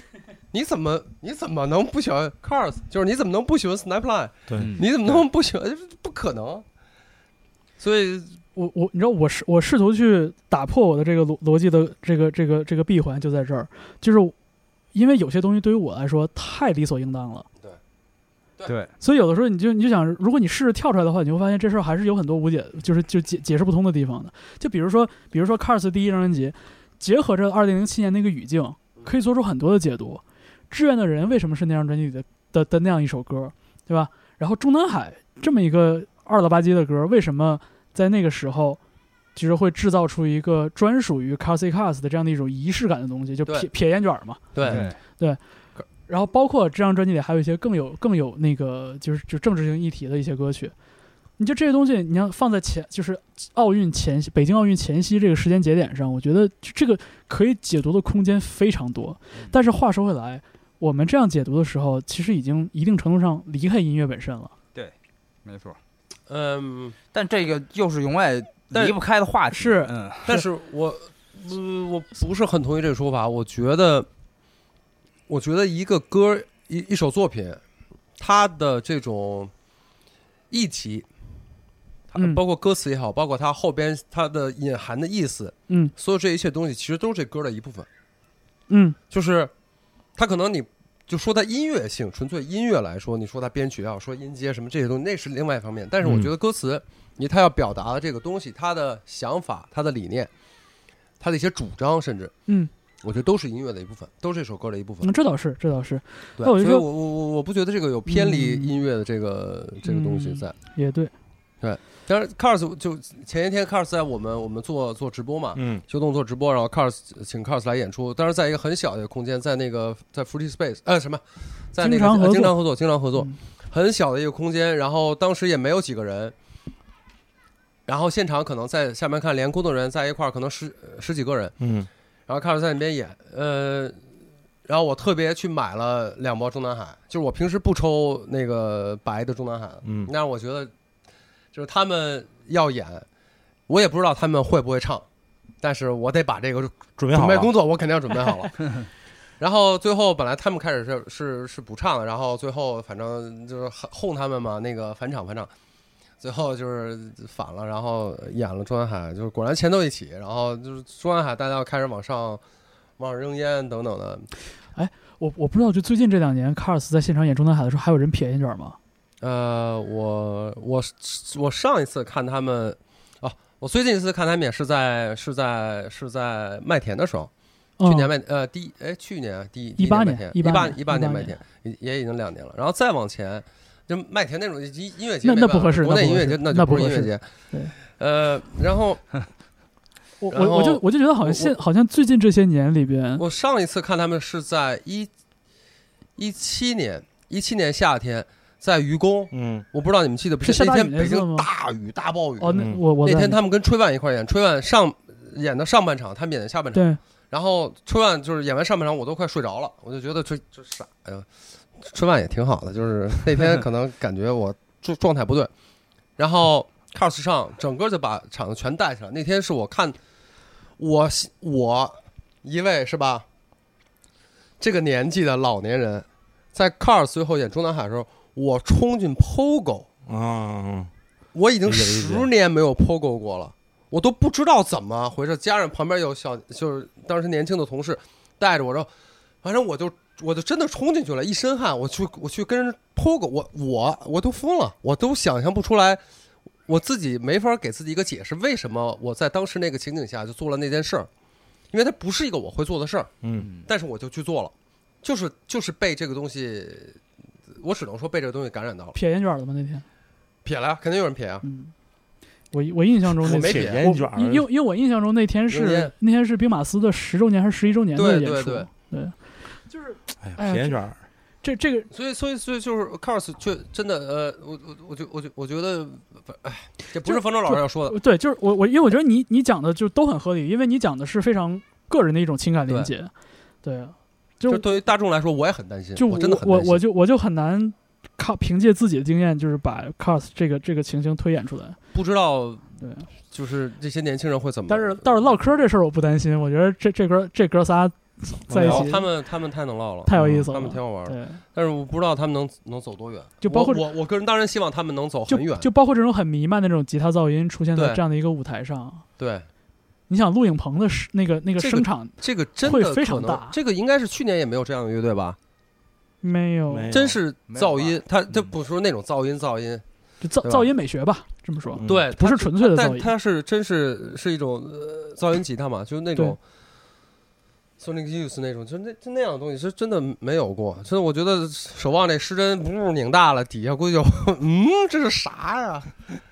你怎么你怎么能不喜欢 Cars？ 就是你怎么能不喜欢 Snapline？ 对， 你怎么能不喜欢？不可能。所以我我你知道我试我试图去打破我的这个逻逻辑的这个这个这个闭环就在这儿，就是因为有些东西对于我来说太理所应当了。 对， 所以有的时候你就你就想，如果你试着跳出来的话，你会发现这事儿还是有很多无解，就是就解解释不通的地方的。就比如说，比如说 Cars 第一张专辑，结合着二零零七年那个语境，可以做出很多的解读。志愿的人为什么是那张专辑里的的的那样一首歌，对吧？然后中南海这么一个二了吧唧的歌，为什么在那个时候，就是会制造出一个专属于 Cars Cars 的这样的一种仪式感的东西，就撇撇烟卷嘛。 对对。然后包括这张专辑里还有一些更有更有那个就是就政治性议题的一些歌曲，你就这些东西你要放在前就是奥运前夕北京奥运前夕这个时间节点上，我觉得这个可以解读的空间非常多。但是话说回来，我们这样解读的时候，其实已经一定程度上离开音乐本身了。 对，没错。 嗯， 但这个又是永远离不开的话题。 是， 嗯， 但是我呃我不是很同意这个说法，我觉得。我觉得一个歌一一首作品，它的这种议题， 嗯， 包括歌词也好，包括它后边它的隐含的意思， 嗯， 所有这一切东西其实都是这歌的一部分。 嗯， 就是它可能你就说它音乐性，纯粹音乐来说，你说它编曲也好，说音阶什么这些东西，那是另外一方面。但是我觉得歌词，你它要表达的这个东西，它的想法、它的理念、它的一些主张，甚至嗯。 我觉得都是音乐的一部分，都是这首歌的一部分。 嗯，这倒是，这倒是。 对， 所以我我我我不觉得这个有偏离音乐的这个、嗯、这个东西在。 也对， 对。当然 ，Cars 就前一天 Cars 在我们我们做做直播嘛， 嗯， 修动做直播，然后 Cars 请 Cars 来演出，当然在一个很小的空间，在那个在 Fruity Space， 呃什么，在那个经常合作， 经常合作，经常合作， 嗯、 很小的一个空间，然后当时也没有几个人。然后现场可能在下面看，连工作人员在一块儿，可能十十几个人， 嗯。 然后 Cars 在那边演，呃，然后我特别去买了两包中南海，就是我平时不抽那个白的中南海， 嗯， 但是我觉得就是他们要演，我也不知道他们会不会唱，但是我得把这个准备好， 准备工作我肯定要准备好了。然后最后本来他们开始是是是不唱的，然后最后反正就是哄他们嘛，那个返场返场。最后就是反了，然后演了中南海，就是果然钱都一起，然后就是中南海大家要开始往上往上扔烟等等的。 哎，我我不知道，就最近这两年 Cars 在现场演中南海的时候，还有人撇烟卷吗？ 呃，我我我上一次看他们，哦，我最近一次看他们也是在是在是在麦田的时候， 嗯、 去年麦呃第哎去年第一八年一八一八年麦田也也已经两年了，然后再往前。就麦田那种音乐节， 那那不合适， 国内音乐节那就不是音乐节。 对， 呃，然后我我我就我就觉得好像现好像最近这些年里边， 我上一次看他们是在一一七年，一七年夏天在愚公， 嗯， 我不知道你们记得不？ 是那天北京大雨大暴雨。 哦，那我我那天他们跟吹万一块演，吹万上演的上半场，他们演的下半场。 对。 然后吹万就是演完上半场，我都快睡着了，我就觉得这这傻呀。春晚也挺好的，就是那天可能感觉我状状态不对，然后 Cars 上整个就把场子全带起来。那天是我看我我一位是吧，这个年纪的老年人，在 Cars 最后演中南海的时候，我冲进 Pogo 啊， 我已经十年没有 Pogo 过了，我都不知道怎么回事。加上旁边有小，就是当时年轻的同事带着我，然后反正我就。我就真的冲进去了，一身汗，我去我去跟人泼狗，我我我都疯了，我都想象不出来，我自己没法给自己一个解释，为什么我在当时那个情景下就做了那件事儿，因为它不是一个我会做的事儿， 嗯， 但是我就去做了，就是就是被这个东西，我只能说被这个东西感染到了。 撇烟卷了吗？那天撇了呀，肯定有人撇啊。 嗯，我我印象中那我没撇烟卷， 因因为我印象中那天是那天是兵马司的十周年还是十一周年的演出， 对对对对。就是， 哎呀，撇烟卷， 这这个， 所以所以所以就是 Cars 却真的呃，我我我就我就我觉得，哎，这不是冯程老师要说的， 对，就是我我因为我觉得你你讲的就都很合理，因为你讲的是非常个人的一种情感连接，对， 就对于大众来说，我也很担心， 就我真的很我我就我就很难靠凭借自己的经验，就是把 Cars 这个这个情形推演出来， 不知道对， 就是这些年轻人会怎么， 但是倒是唠嗑这事儿我不担心，我觉得这这哥这哥仨。 在一起， 他们他们太能唠了， 太有意思了， 他们挺好玩的。 对， 但是我不知道他们能能走多远， 就包括我我我个人当然希望他们能走就很远， 就包括这种很弥漫的那种吉他噪音出现在对这样的一个舞台上。 对， 你想录影棚的那个那个声场这个真会的可能非常大， 这个应该是去年也没有这样的乐队吧？ 没有， 没有真是噪音没有， 他这不是那种噪音噪音， 就噪对吧噪音美学吧，这么说。 嗯对， 不是它纯粹的噪音但它是真是是一种呃噪音吉他嘛，就是那种 Sonic Youth 那种，就那就那样的东西是真的没有过。真的，我觉得守望这失真不是拧大了，底下估计就嗯，这是啥呀？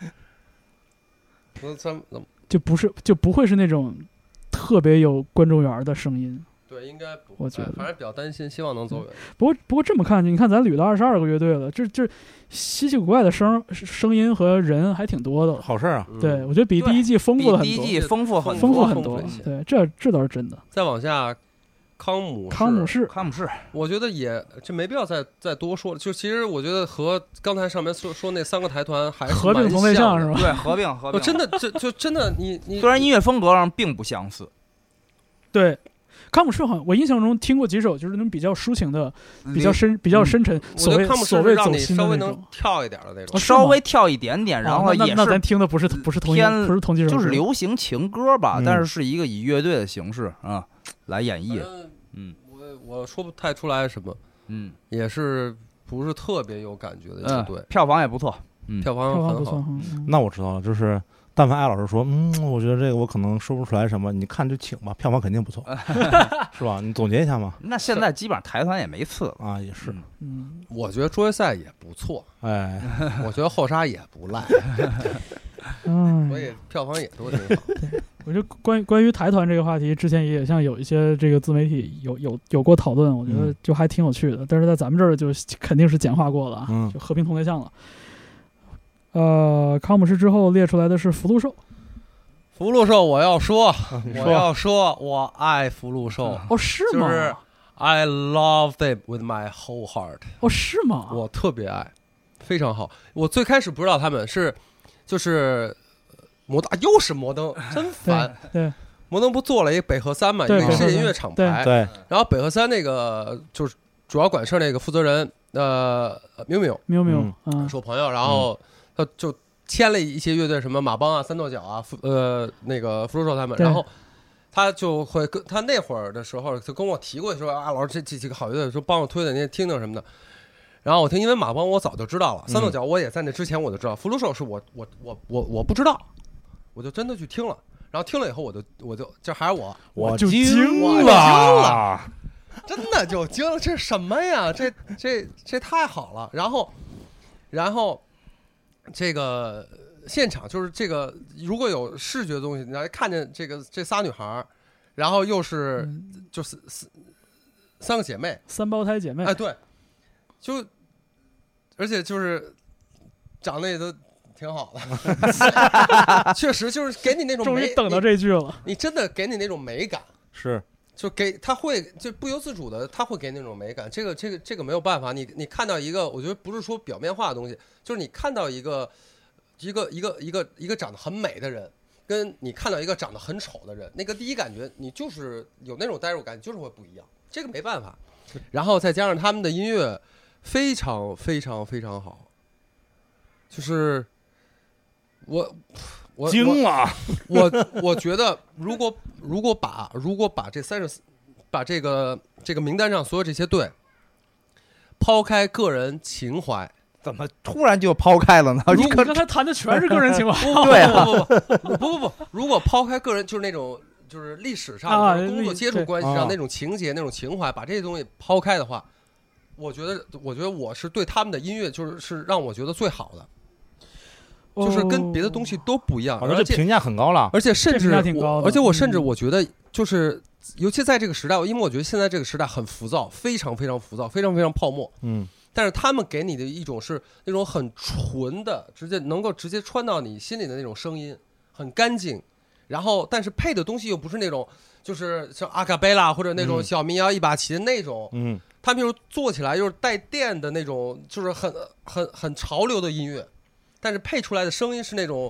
我咱就不是就不会是那种特别有观众缘的声音。 对，应该不会， 我觉得反正比较担心，希望能走远。 不过不过这么看，你看咱捋了二十二个乐队了，这这稀奇古怪的声声音和人还挺多的。 好事儿啊。 嗯对，我觉得比第一季丰富了很多， 比第一季丰富很丰富多。 很多丰富一些。 对，这这倒是真的。 再往下，康姆康姆士， 康姆士， 我觉得也这没必要再再多说了。就其实我觉得和刚才上面说说那三个台团还是合并同类项是吧？ 对，合并合并。 我真的这就真的你你虽然音乐风格上并不相似， 对。康姆士好像我印象中听过几首，就是那种比较抒情的、比较深、比较深沉，所谓我觉得康姆所谓士让你走心的稍微能那种。 跳一点的那种哦。是吗稍微跳一点点，然后哦那那咱也是听的不是不是同一偏不是同几首歌， 就是流行情歌吧， 嗯但是是一个以乐队的形式啊来演绎。 嗯， 嗯我我说不太出来什么， 嗯也是不是特别有感觉的乐队嗯，，票房也不错。嗯， 票房票房不错。 很好。 嗯那我知道了，就是但凡艾老师说，嗯，我觉得这个我可能说不出来什么，你看就请吧，票房肯定不错，是吧？你总结一下嘛。 那现在基本上台团也没次了。 啊，也是， 嗯嗯， 我觉得桌游赛也不错， 哎， 我觉得后沙也不赖， 嗯， 所以票房也都挺好。 我觉得关于关于台团这个话题，之前也像有一些这个自媒体有有有过讨论，我觉得嗯就还挺有趣的。但是在咱们这儿就肯定是简化过了啊， 嗯就和平同类项了。呃，康姆士之后列出来的是福禄寿。 福禄寿，我要说， 你我要说，我爱福禄寿， 哦，是吗？ 就是 I love them with my whole heart。 哦，是吗？ 我特别爱，非常好。我最开始不知道他们是，就是摩登、啊，又是摩登，真烦。 对对摩登不做了一个北河三嘛，一对个世界音乐厂牌。 对， 然后北河三那个就是主要管事儿那个负责人，呃，喵喵喵喵嗯啊， 是我朋友，然后他就签了一些乐队，什么马帮啊、三跺脚啊，呃，那个福禄寿他们， 对然后。他就会跟他那会儿的时候就跟我提过说啊，老师这这几个好乐队，说帮我推的，您听听什么的。然后我听，因为马帮我早就知道了，三跺脚我也在那之前我就知道，福禄寿是我我我我我不知道，我就真的去听了。然后听了以后，我就我就这还是我我就惊惊了了， 真的就惊了，这是什么呀？这这这太好了。然后然后这个。现场就是这个，如果有视觉的东西，你来看见这个这仨女孩，然后又是就是三三个姐妹， 三胞胎姐妹。 哎，对，就而且就是长得也都挺好的，确实就是给你那种美， 终于等到这句了。 你，你真的给你那种美感， 是就给他会就不由自主的，他会给那种美感。这个这个这个没有办法，你你看到一个，我觉得不是说表面化的东西，就是你看到一个。一个一个一个一个长得很美的人，跟你看到一个长得很丑的人，那个第一感觉你就是有那种代入感，就是会不一样，这个没办法。然后再加上他们的音乐非常非常非常好，就是我我惊了， 我我我觉得如果如果把如果把这三十把这个这个名单上所有这些队抛开个人情怀。 怎么突然就抛开了呢？ 你刚才谈的全是个人情怀。 对啊，不不不不不不，如果抛开个人，就是那种就是历史上啊的工作接触关系啊上那种情节、那种情怀，把这些东西抛开的话，我觉得，我觉得我是对他们的音乐，就是是让我觉得最好的，就是跟别的东西都不一样，而且而且评价很高了， 而且甚至这评价挺高的而且我甚至嗯我觉得就是。尤其在这个时代，因为我觉得现在这个时代很浮躁，非常非常浮躁，非常非常泡沫。 嗯， 但是他们给你的一种是那种很纯的，直接能够直接穿到你心里的那种声音，很干净。然后，但是配的东西又不是那种，就是像阿卡贝拉或者那种小民谣一把琴那种。 嗯， 他们又做起来又是带电的那种，就是很很很潮流的音乐，但是配出来的声音是那种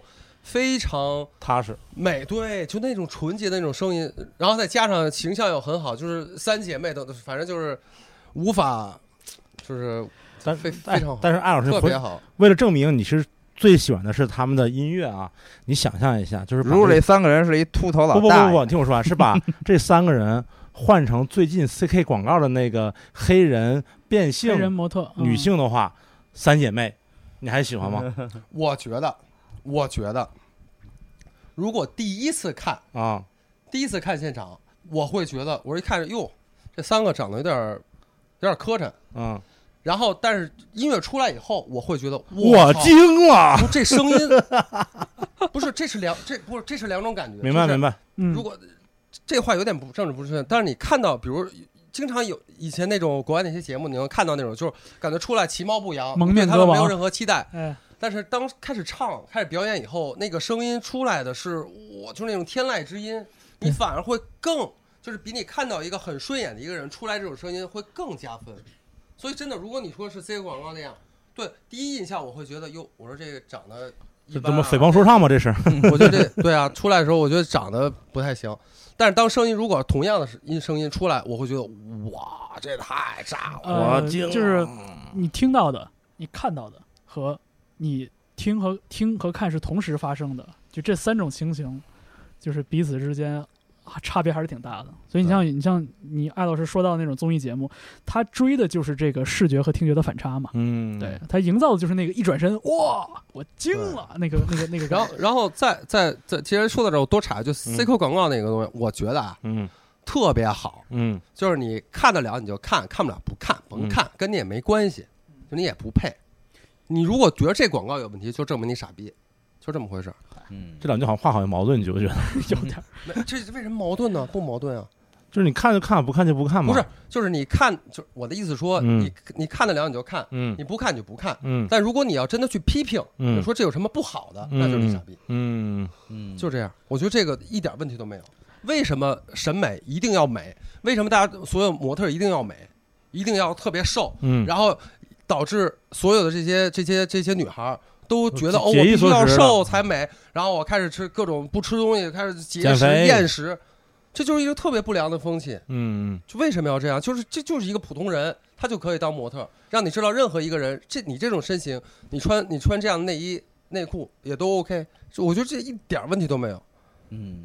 非常踏实美，对，就那种纯洁的那种声音，然后再加上形象又很好，就是三姐妹都反正就是无法，就是但非哎非常好， 但是艾老师特别好。 为了证明你是最喜欢的是他们的音乐啊，你想象一下，就是把如果这三个人是一秃头老不不大爷， 不不，你听我说啊，是把这三个人换成最近 C K 广告的那个黑人变黑性人模特、嗯、 女性的话，三姐妹，你还喜欢吗？ 我觉得，我觉得，如果第一次看啊， 第一次看现场，我会觉得，我一看着哟，这三个长得有点有点磕碜， 嗯。 然后，但是音乐出来以后，我会觉得我惊了， 不这声音不是，这是两这不是这是两种感觉。 明白、就是、明白。 嗯， 如果这话有点不政治不正确，但是你看到，比如经常有以前那种国外那些节目，你能看到那种，就是感觉出来其貌不扬， 蒙面对他们没有任何期待。 哎， 但是当开始唱、开始表演以后，那个声音出来的是，我就是那种天籁之音，你反而会更就是比你看到一个很顺眼的一个人出来这种声音会更加分。所以真的，如果你说是 C K 广告那样，对第一印象我会觉得，哟，我说这个长得一般、啊， 怎么诽谤说唱吗？这是， 我觉得这对啊，出来的时候我觉得长得不太行，但是当声音如果同样的音声音出来，我会觉得哇，这太炸了！ 呃、 我惊了， 就是你听到的、你看到的和你听和听和看是同时发生的，就这三种情形，就是彼此之间。差别还是挺大的，所以你像你像你艾老师说到那种综艺节目，他追的就是这个视觉和听觉的反差嘛， 嗯， 对，他营造的就是那个一转身，哇，我惊了，那个那个那个， 然后然后再再再，既然说到这儿，我多插就 C Q 广告那个东西，我觉得啊， 嗯， 特别好， 嗯， 就是你看得了你就看，看不了不看，甭看，跟你也没关系，就你也不配。你如果觉得这广告有问题，就证明你傻逼，就这么回事。 嗯， 这两句好像话好像矛盾，你觉不觉得？ 有点， 这为什么矛盾呢？不矛盾啊。 就是你看就看，不看就不看嘛。 不是，就是你看，就我的意思说， 嗯、 你你看得了你就看， 嗯， 你不看你就不看， 嗯。 但如果你要真的去批评， 嗯， 你说这有什么不好的， 嗯、 那就是你傻逼。 嗯嗯， 就这样，我觉得这个一点问题都没有。为什么审美一定要美？为什么大家所有模特一定要美，一定要特别瘦？ 嗯， 然后导致所有的这些这些这些女孩都觉得哦，我必须要瘦才美，然后我开始吃各种不吃东西，开始节食厌食。这就是一个特别不良的风气， 嗯， 就为什么要这样？就是这就是一个普通人，他就可以当模特，让你知道任何一个人，这你这种身形，你穿你穿这样的内衣内裤也都 OK， 我觉得这一点问题都没有。 嗯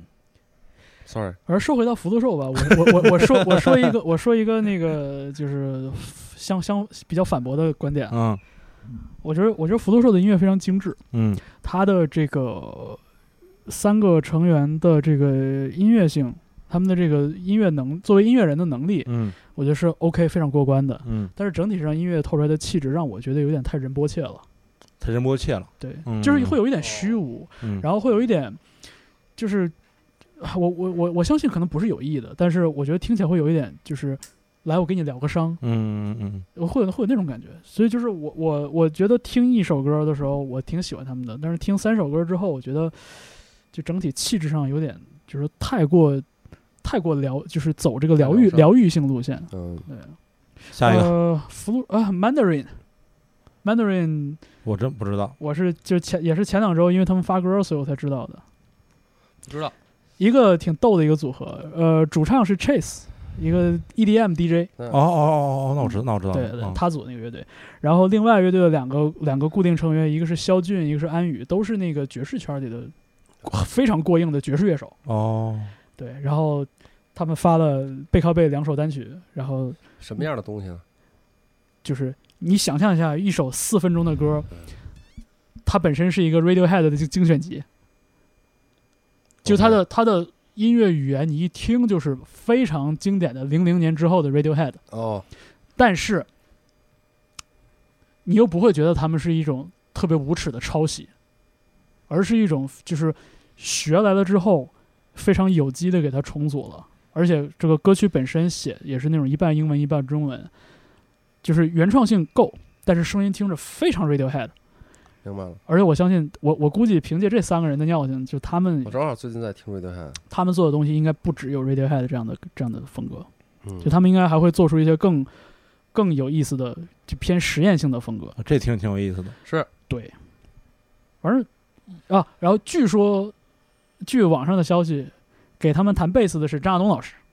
，sorry。 而说回到福禄寿吧，我我我我说我说一个我说一个那个就是相相比较反驳的观点， 嗯， 我觉得我觉得福禄寿的音乐非常精致， 嗯， 他的这个三个成员的这个音乐性。他们的这个音乐能作为音乐人的能力， 嗯， 我觉得是 OK 非常过关的， 嗯， 但是整体上音乐透出来的气质让我觉得有点太仁波切了， 太仁波切了， 对， 嗯、 就是会有一点虚无， 嗯， 然后会有一点，就是我我我我相信可能不是有意的，但是我觉得听起来会有一点就是来我给你疗个伤， 嗯嗯嗯，会有会有那种感觉，所以就是我我我觉得听一首歌的时候我挺喜欢他们的，但是听三首歌之后，我觉得就整体气质上有点就是太过。太过疗，就是走这个疗愈疗愈性路线。 嗯， 对。 下一个， 呃，福禄啊 ，Mandarin，Mandarin， 我真不知道。 我是就前也是前两周，因为他们发歌，所以我才知道的。 不知道。 一个挺逗的一个组合，呃，主唱是 Chase， 一个 E D M D J。 哦哦哦哦，那我知道，那我知道。 对对， 嗯、 他组那个乐队。然后另外乐队的两个两个固定成员，一个是肖俊，一个是安宇，都是那个爵士圈里的非常过硬的爵士乐手。 哦。 对，然后他们发了背靠背两首单曲，然后什么样的东西呢？ 就是你想象一下，一首四分钟的歌，它本身是一个 Radiohead 的精选集，就它的它的音乐语言，你一听就是非常经典的零零年之后的 Radiohead。 哦， 但是你又不会觉得他们是一种特别无耻的抄袭，而是一种就是学来了之后。非常有机的给它重组了，而且这个歌曲本身写也是那种一半英文一半中文，就是原创性够，但是声音听着非常 Radiohead。 明白了。 而且我相信，我我估计凭借这三个人的尿性，就他们， 我正好最近在听 Radiohead， 他们做的东西应该不只有 Radiohead 这样的这样的风格， 嗯， 就他们应该还会做出一些更更有意思的，就偏实验性的风格。 这挺挺有意思的， 是对，反正。 啊，然后据说据网上的消息，给他们弹贝斯的是张亚东老师。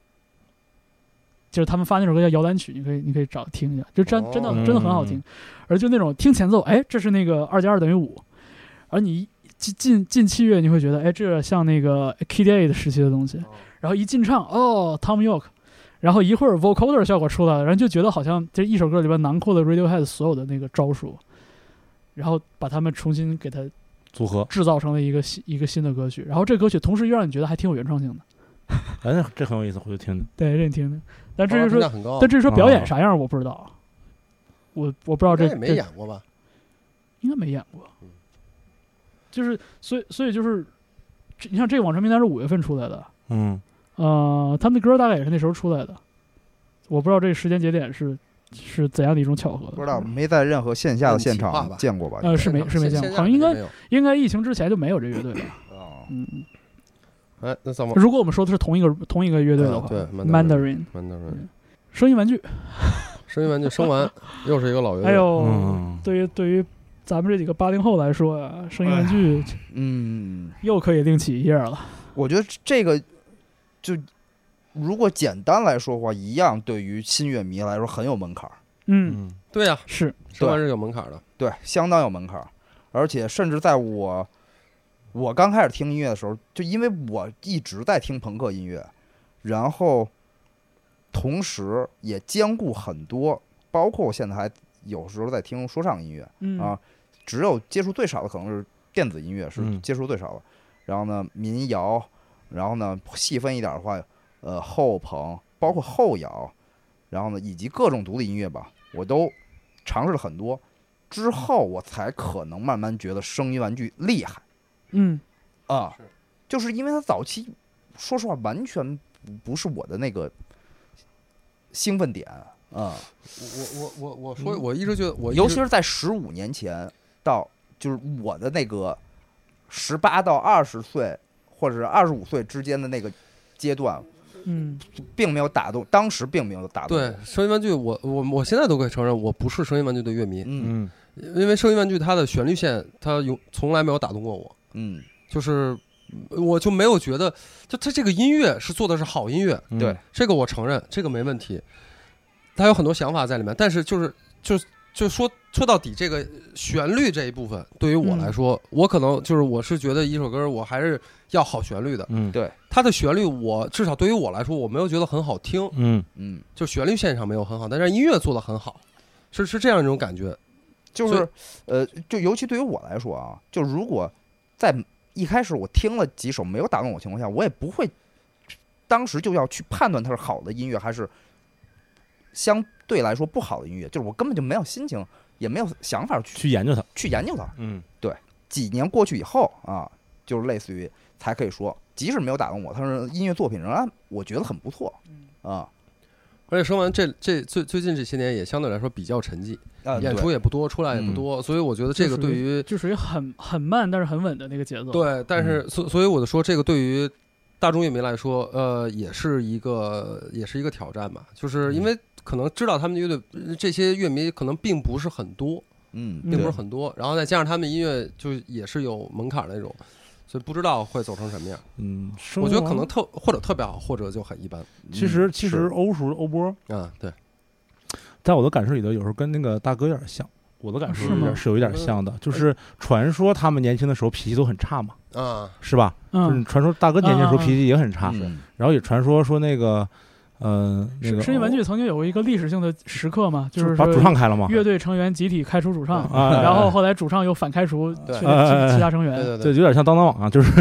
就是他们发那首歌叫摇篮曲，你可以你可以找听一下，就真真的真的很好听， 嗯、 而就那种听前奏，哎，这是那个二加二等于五，而你进进进器乐你会觉得，哎，这像那个 K D A 的时期的东西，然后一进唱，哦 ，Tom York， 然后一会儿 vocoder 效果出来了，然后就觉得好像这一首歌里边囊括了 Radiohead 所有的那个招数，然后把他们重新给它组合制造成了一个新一个新的歌曲，然后这歌曲同时又让你觉得还挺有原创性的。 哎，这很有意思，回去听听。 对，这你听听。但至于说， 哦、 但至于说表演啥样，我不知道。我我不知道这也没演过吧？ 应该没演过。就是，所以所以就是，你像这个网传名单是五月份出来的， 嗯， 呃，他们的歌大概也是那时候出来的。我不知道这个时间节点是是怎样的一种巧合的。 不知道，没在任何线下的现场见过吧？ 呃，是没是没见过，好像应该应该疫情之前就没有这乐队了。哦，嗯。 哎，那怎么？ 如果我们说的是同一个同一个乐队的话， 啊、对 ，Mandarin， Mandarin， 声音玩具， 声音玩具生完又是一个老乐队。 哎呦， 嗯、 对于对于咱们这几个八零后来说啊，声音玩具， 嗯， 又可以另起一页了。 我觉得这个就如果简单来说的话，一样对于新乐迷来说很有门槛。 嗯， 对呀、啊， 是声完是有门槛的， 对，相当有门槛，而且甚至在我。我刚开始听音乐的时候，就因为我一直在听朋克音乐，然后同时也兼顾很多，包括我现在还有时候在听说唱音乐、 嗯、 啊，只有接触最少的可能是电子音乐是接触最少的，嗯、然后呢民谣，然后呢细分一点的话，呃后朋，包括后摇，然后呢以及各种独立音乐吧，我都尝试了很多，之后我才可能慢慢觉得声音玩具厉害。 嗯， 啊，就是因为他早期，说实话完全不是我的那个兴奋点啊。 我我我我说，我一直觉得我， 尤其是在十五年前到就是我的那个十八到二十岁或者是二十五岁之间的那个阶段， 嗯， 并没有打动，当时并没有打动。 对，声音玩具，我我我现在都可以承认，我不是声音玩具的乐迷。 嗯， 因为声音玩具它的旋律线，它有从来没有打动过我。 嗯， 就是我就没有觉得，就它这个音乐是做的是好音乐， 对， 这个我承认，这个没问题。它有很多想法在里面，但是就是就就说说到底，这个旋律这一部分对于我来说，嗯、我可能就是我是觉得一首歌我还是要好旋律的。 嗯， 对， 它的旋律我至少对于我来说，我没有觉得很好听。 嗯嗯， 就旋律线上没有很好，但是音乐做得很好，是是这样一种感觉。 就是呃，就尤其对于我来说啊，就如果在一开始我听了几首没有打动我的情况下，我也不会当时就要去判断它是好的音乐还是相对来说不好的音乐，就是我根本就没有心情，也没有想法去去研究它， 去研究它。 嗯， 对。几年过去以后啊，就是类似于才可以说，即使没有打动我，但是音乐作品仍然我觉得很不错啊。 而且说完这这最最近这些年也相对来说比较沉寂。 啊、 演出也不多，出来也不多，嗯、所以我觉得这个对于就属于很很慢但是很稳的那个节奏。 对，但是所、嗯、所以我就说，这个对于大众乐迷来说，呃，也是一个也是一个挑战吧。就是因为可能知道他们的乐队，这些乐迷可能并不是很多， 嗯， 并不是很多。然后再加上他们音乐就也是有门槛的那种，所以不知道会走成什么样。 嗯， 我觉得可能特或者特别好，或者就很一般。 其实、 嗯、 其实欧叔欧波啊，对。 在我的感受里头，有时候跟那个大哥有点像。我的感受有点是有一点像的， 是就是传说他们年轻的时候脾气都很差嘛， 啊， 是吧？ 嗯， 就是传说大哥年轻的时候脾气也很差， 嗯、 然后也传说说那个，呃，那个声音玩具曾经有过一个历史性的时刻嘛，就是把主唱开了嘛， 乐队成员集体开除主唱， 啊、 然后后来主唱又反开除去其他成员， 对对对， 对，有点像当当网啊，就是。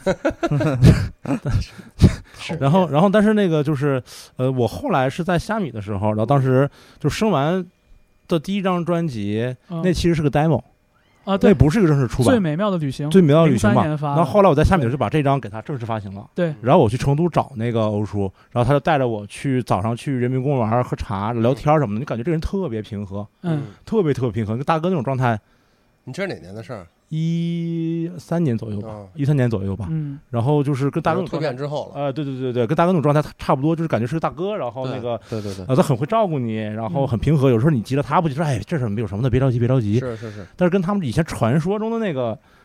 然后，然后，但是那个就是，呃，我后来是在虾米的时候，然后当时就生完的第一张专辑， 嗯、 那其实是个 demo 啊，对， 那不是一个正式出版。 最美妙的旅行， 最美妙的旅行嘛。 然后后来我在虾米就把这张给他正式发行了。 对。 然后我去成都找那个欧叔，然后他就带着我去早上去人民公园喝茶、聊天什么的，你感觉这人特别平和， 嗯， 特别特别平和，跟大哥那种状态。 你这是哪年的事儿？ 一三年左右吧，一三年左右吧。 嗯， 然后就是跟大哥蜕变之后了。 呃，对对对对，跟大哥那种状态差不多，就是感觉是个大哥，然后那个， 对对对， 呃，他很会照顾你，然后很平和。有时候你急了，他不急，说哎，这什么有什么的，别着急，别着急。 是是是。 但是跟他们以前传说中的那个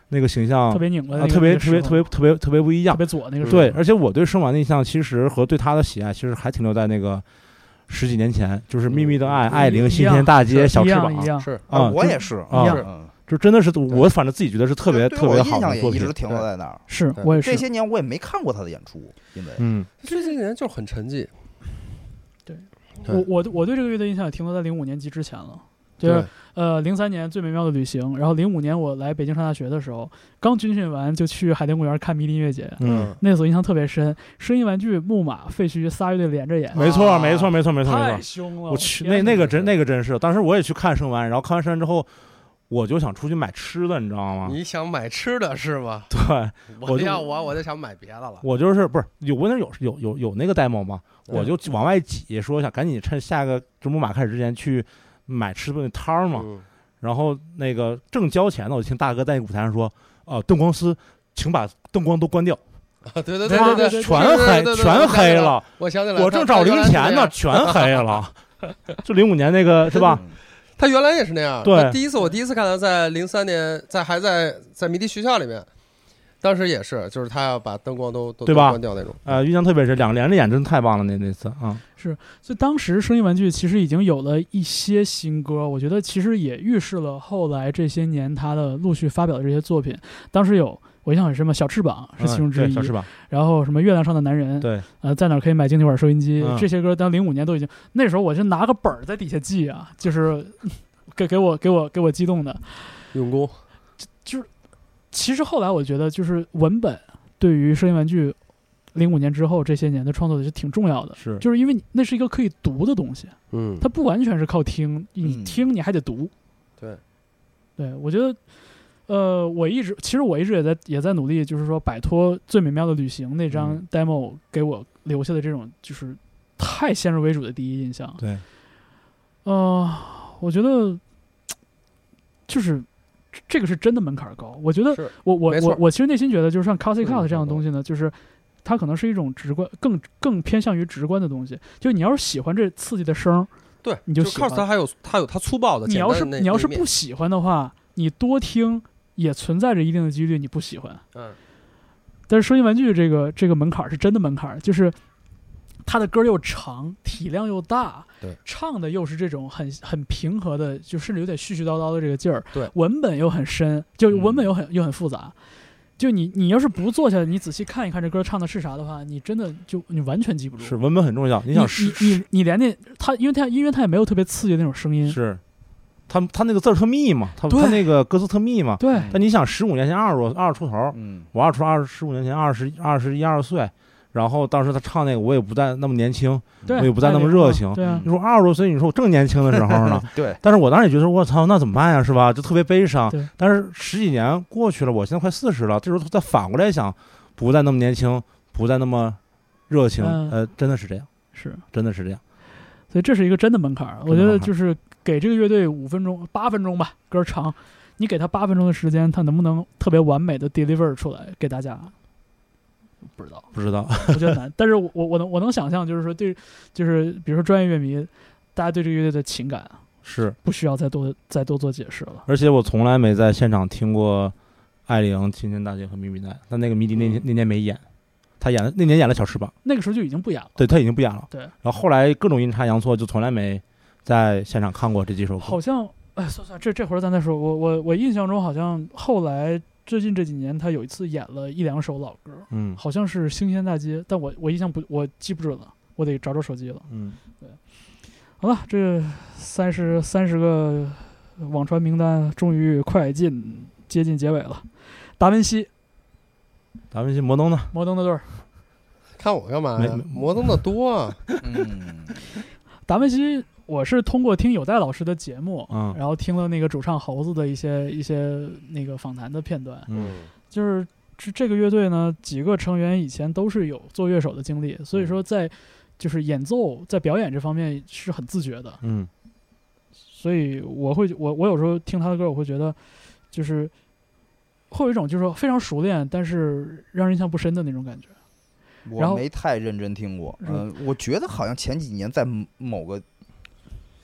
那个形象特别拧巴的、 啊，特别特别特别特别特别不一样， 特别左那个时候。 对，而且我对生晚的印象其实和对他的喜爱其实还停留在那个十几年前，就是《秘密的爱》、艾琳、新天大街、小翅膀一样是啊， 我也是啊， 嗯就真的是我反正自己觉得是特别特别好的作品， 印象也一直停留在那儿。 是我也是这些年我也没看过他的演出，因为嗯， 这些年就很沉寂。 对，我我我对这个乐队印象也停留在零五年及之前了。就是呃，零三年最美妙的旅行，然后零五年我来北京上大学的时候，刚军训完就去海淀公园看迷笛音乐节， 嗯， 那所印象特别深。声音玩具、木马、废墟仨乐队连着演， 没错，没错，没错，没错，没错， 太凶了！ 我去，那那个真那个真是，当时我也去看声完，然后看完声完之后，我就想出去买吃的，你知道吗？ 你想买吃的是吗？ 对， 我要我我就想买别的了。 我就是不是有我那有有有有那个 demo 吗？我就往外挤，说想赶紧趁下个这木马开始之前去买吃的那摊儿嘛。 嗯然后那个正交钱呢，我就听大哥在那个舞台上说：“哦、呃，灯光师，请把灯光都关掉。” 啊，对对对对对， 全黑，全黑了。 我想起来， 我正找零钱呢，全黑了。就零五年那个是吧？ 他原来也是那样。 对， 第一次我第一次看他在零三年，在还在在迷笛学校里面，当时也是，就是他要把灯光都都对吧关掉那种。 呃，印象特别深，两个连着演真的太棒了，那那次啊。嗯是，所以当时声音玩具其实已经有了一些新歌，我觉得其实也预示了后来这些年他的陆续发表的这些作品。当时有我印象很深嘛，小翅膀是其中之一， 嗯、小翅膀， 然后什么月亮上的男人， 对， 呃，在哪儿可以买晶体管收音机， 嗯、 这些歌，当零五年都已经，那时候我就拿个本儿在底下记啊，就是给给我给我给我激动的， 用功， 就就是其实后来我觉得就是文本对于声音玩具。零五年之后这些年的创作是挺重要的， 是就是因为那是一个可以读的东西， 嗯， 它不完全是靠听，你听你还得读， 对， 对，我觉得，呃，我一直其实我一直也在也在努力，就是说摆脱最美妙的旅行那张 demo 给我留下的这种就是太先入为主的第一印象， 对， 呃，我觉得就是这个是真的门槛高，我觉得我我我我其实内心觉得就是像 Cosy Cut 这样的东西呢，就是它可能是一种直观，更更偏向于直观的东西。就你要是喜欢这刺激的声， 对， 你就喜欢。 它还有它有它粗暴的。 你要是你要是不喜欢的话，你多听也存在着一定的几率你不喜欢。 嗯。 但是声音玩具这个这个门槛是真的门槛，就是它的歌又长，体量又大， 对， 唱的又是这种很很平和的，就甚至有点絮絮叨叨的这个劲儿。 对， 文本又很深，就文本又很、嗯、又很复杂。就你你要是不坐下来，你仔细看一看这歌唱的是啥的话，你真的就你完全记不住。 是文本很重要，你想你你你你连那他，因为他因为他也没有特别刺激的那种声音， 是他他那个字特密嘛，他他那个歌词特密嘛。 对。 但你想，十五年前二十多二十出头， 嗯， 我二十出二十五年前二十二十一二十岁。然后当时他唱那个，我也不再那么年轻，我也不再那么热情。 对啊， 你说二十多岁，你说我正年轻的时候呢？ 对。 但是我当时也觉得，我操，那怎么办呀？是吧？就特别悲伤。 对。 但是十几年过去了，我现在快四十了，这时候再反过来想，不再那么年轻，不再那么热情， 嗯、 呃，真的是这样， 是， 真的是这样。 所以这是一个真的门槛。我觉得就是给这个乐队五分钟、八分钟吧，歌长，你给他八分钟的时间，他能不能特别完美的 deliver 出来给大家？不知道， 不知道， 我觉得难。但是我我能我能想象，就是说对，就是比如说专业乐迷，大家对这个乐队的情感是不需要再多再多做解释了。 而且我从来没在现场听过艾玲、青天大街和秘密带，但那个迷笛那年、嗯、那年没演，他演了那年演了小翅膀， 那个时候就已经不演了。 对他已经不演了。 对， 然后后来各种阴差阳错，就从来没在现场看过这几首歌。 好像哎，算算这这会儿咱再说。我我我印象中好像后来。最近这几年，他有一次演了一两首老歌， 嗯， 好像是《星天大街》，但我我印象不，我记不准了，我得找找手机了。 嗯， 对，好了，这三十三十个网传名单终于快进接近结尾了。达文西， 达文西，摩登的， 摩登的队儿， 看我干嘛呀？摩登的多啊。 嗯， 达文西。我是通过听有代老师的节目， 嗯， 然后听了那个主唱猴子的一些一些那个访谈的片段， 嗯， 就是这这个乐队呢，几个成员以前都是有做乐手的经历，所以说在就是演奏在表演这方面是很自觉的， 嗯， 所以我会我我有时候听他的歌，我会觉得就是会有一种就是说非常熟练，但是让人印象不深的那种感觉。 我没太认真听过，嗯、呃，我觉得好像前几年在某个。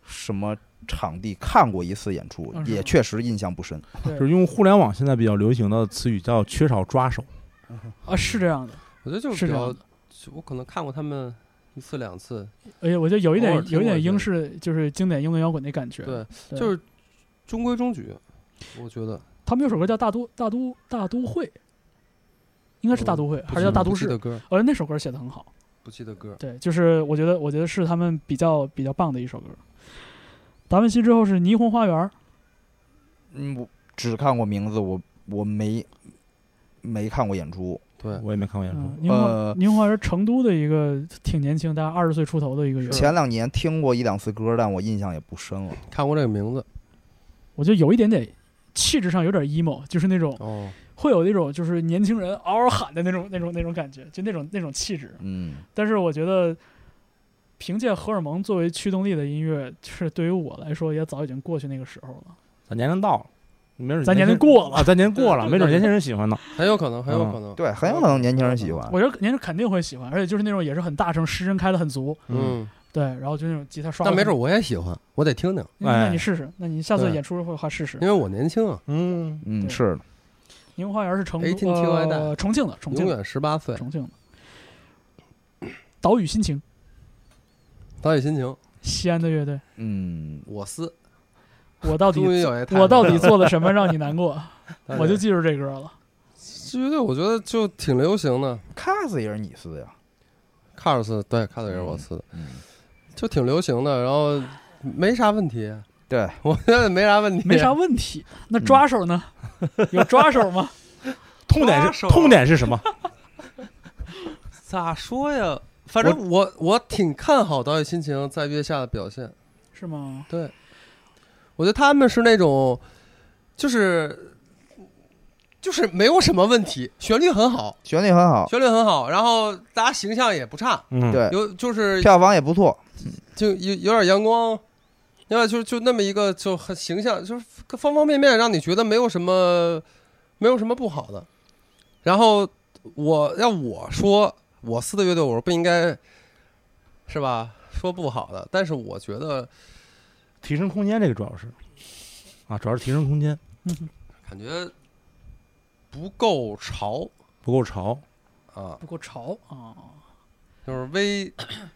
什么场地看过一次演出， 嗯也确实印象不深。 就是用互联网现在比较流行的词语叫缺少抓手。 啊，是这样的， 我觉得就是比较是这样的。 我可能看过他们一次两次， 而且我觉得有一点偶尔听有一点过一些英式，就是经典英伦摇滚那感觉。 对， 对就是中规中矩，我觉得他们有首歌叫《大都大都大都会》，应该是大都会、 不还是叫大都市不记得？歌， 呃，那首歌写的很好。 不记得歌。 对，就是我觉得我觉得是他们比较比较棒的一首歌。达文西之后是霓虹花园。 嗯，我只看过名字，我我没没看过演出。 对， 我也没看过演出。 嗯，霓虹、 呃霓虹花园成都的一个挺年轻，大概二十岁出头的一个人。 前两年听过一两次歌，但我印象也不深了。 看过这个名字。 我觉得有一点点气质上有点 emo， 就是那种哦， 会有那种就是年轻人嗷嗷喊的那种那种那种感觉，就那种那种气质。 嗯， 但是我觉得，凭借荷尔蒙作为驱动力的音乐，就是对于我来说也早已经过去那个时候了。 咱年龄到了，没准咱年龄过了啊，咱年龄过了， 对没准年轻人喜欢呢。 很有可能，很有可能。 对，很有可能年轻人喜欢。 我觉得年轻人肯定会喜欢，而且就是那种也是很大声，失真开的很足， 嗯， 对，然后就那种吉他刷。 但没准我也喜欢，我得听听， 那哎你试试，那你下次对演出会话试试因。为我年轻啊， 嗯， 嗯， 对是的。 霓虹花园是成 18 T Y 呃重庆的，重庆的， 永远十八岁。 重庆的。岛屿心情， 岛屿心情， 西安的乐队。 嗯， 我思， 我到底终于有一太我到底做了什么让你难过？ 对我就记住这歌了。 这乐队我觉得就挺流行的。 卡斯也是你撕的呀？ 卡尔斯对，卡尔也是我撕的， 嗯， 就挺流行的，然后没啥问题， 对， 我觉得没啥问题， 没啥问题。那抓手呢？有抓手吗？ 痛点是痛点是什么？ 咋说呀？反正我我挺看好岛屿心情在月下的表现。 是吗？ 对，我觉得他们是那种，就是就是没有什么问题，旋律很好， 旋律很好， 旋律很好，然后大家形象也不差， 嗯， 对， 有就是票房也不错。 就有有点阳光，另外就就那么一个就很形象，就是方方面面让你觉得没有什么没有什么不好的。然后我要我说我撕的乐队，我说不应该是吧？说不好的，但是我觉得提升空间这个主要是啊，主要是提升空间感觉不够潮不够潮。 啊， 不够潮啊， 就是微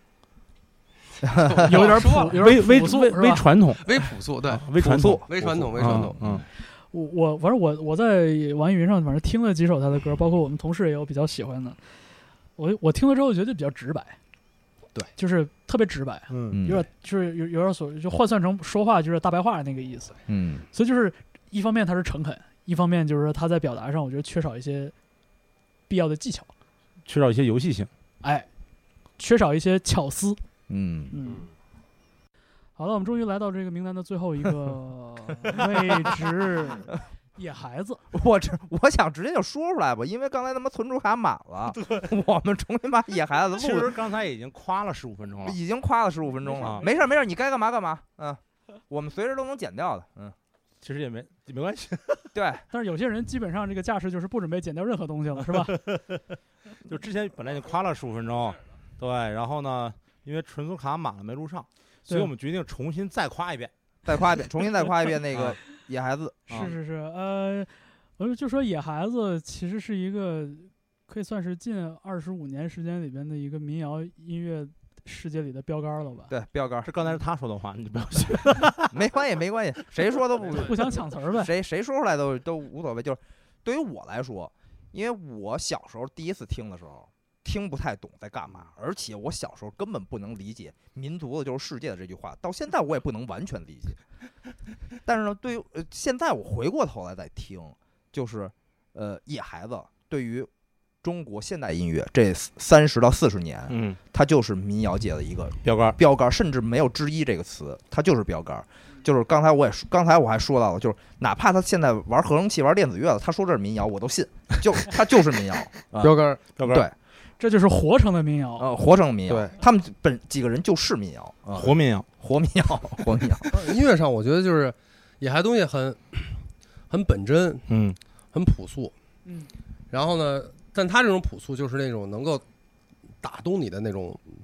有点说朴，有微微点朴素微是吧？ 微传统， 微朴素，对啊，微传统， 微传统，微传统。 嗯， 我我反正我我在网易云上反正听了几首他的歌，包括我们同事也有比较喜欢的。我我听了之后觉得比较直白， 对， 就是特别直白， 嗯嗯， 有点就是有有点所就换算成说话就是大白话那个意思。 嗯所以就是一方面他是诚恳，一方面就是说他在表达上我觉得缺少一些必要的技巧， 缺少一些游戏性。 哎，缺少一些巧思。 嗯， 嗯，好了，我们终于来到这个名单的最后一个位置，野孩子。 我这我想直接就说出来吧，因为刚才他妈存储卡满了，我们重新把野孩子录其实刚才已经夸了十五分钟了。 已经夸了十五分钟了啊， 没事没事，你该干嘛干嘛，嗯，我们随时都能剪掉的，嗯， 其实也没没关系， 对， 但是有些人基本上这个架势就是不准备剪掉任何东西了，是吧？ 就之前本来已经夸了十五分钟，对，然后呢，因为存储卡满了没录上，所以我们决定重新再夸一遍。 再夸一遍，重新再夸一遍那个野孩子， 啊是是是，呃，我就说野孩子其实是一个可以算是近二十五年时间里边的一个民谣音乐世界里的标杆了吧？ 对，标杆， 这刚才是他说的话，你不要学。 没关系没关系，谁说都不互相抢词儿呗。 谁谁说出来都都无所谓，就是对于我来说，因为我小时候第一次听的时候，听不太懂在干嘛，而且我小时候根本不能理解“民族的就是世界”的这句话，到现在我也不能完全理解。但是呢，对于呃现在我回过头来再听，就是呃野孩子对于中国现代音乐这三十到四十年， 嗯， 它就是民谣界的一个标杆。 标杆，甚至没有之一这个词，它就是标杆。就是刚才我也说，刚才我还说到了，就是哪怕他现在玩合成器、玩电子乐了，他说这是民谣，我都信，就他就是民谣，啊、 标杆， 标杆， 对， 这就是活成的民谣。 呃，活成民谣， 对， 他们本几个人就是民谣，啊、 活民谣， 活民谣，活民谣， 音乐上我觉得就是野孩东西很很本真， 嗯， 很朴素， 嗯， 然后呢，但他这种朴素就是那种能够打动你的那种朴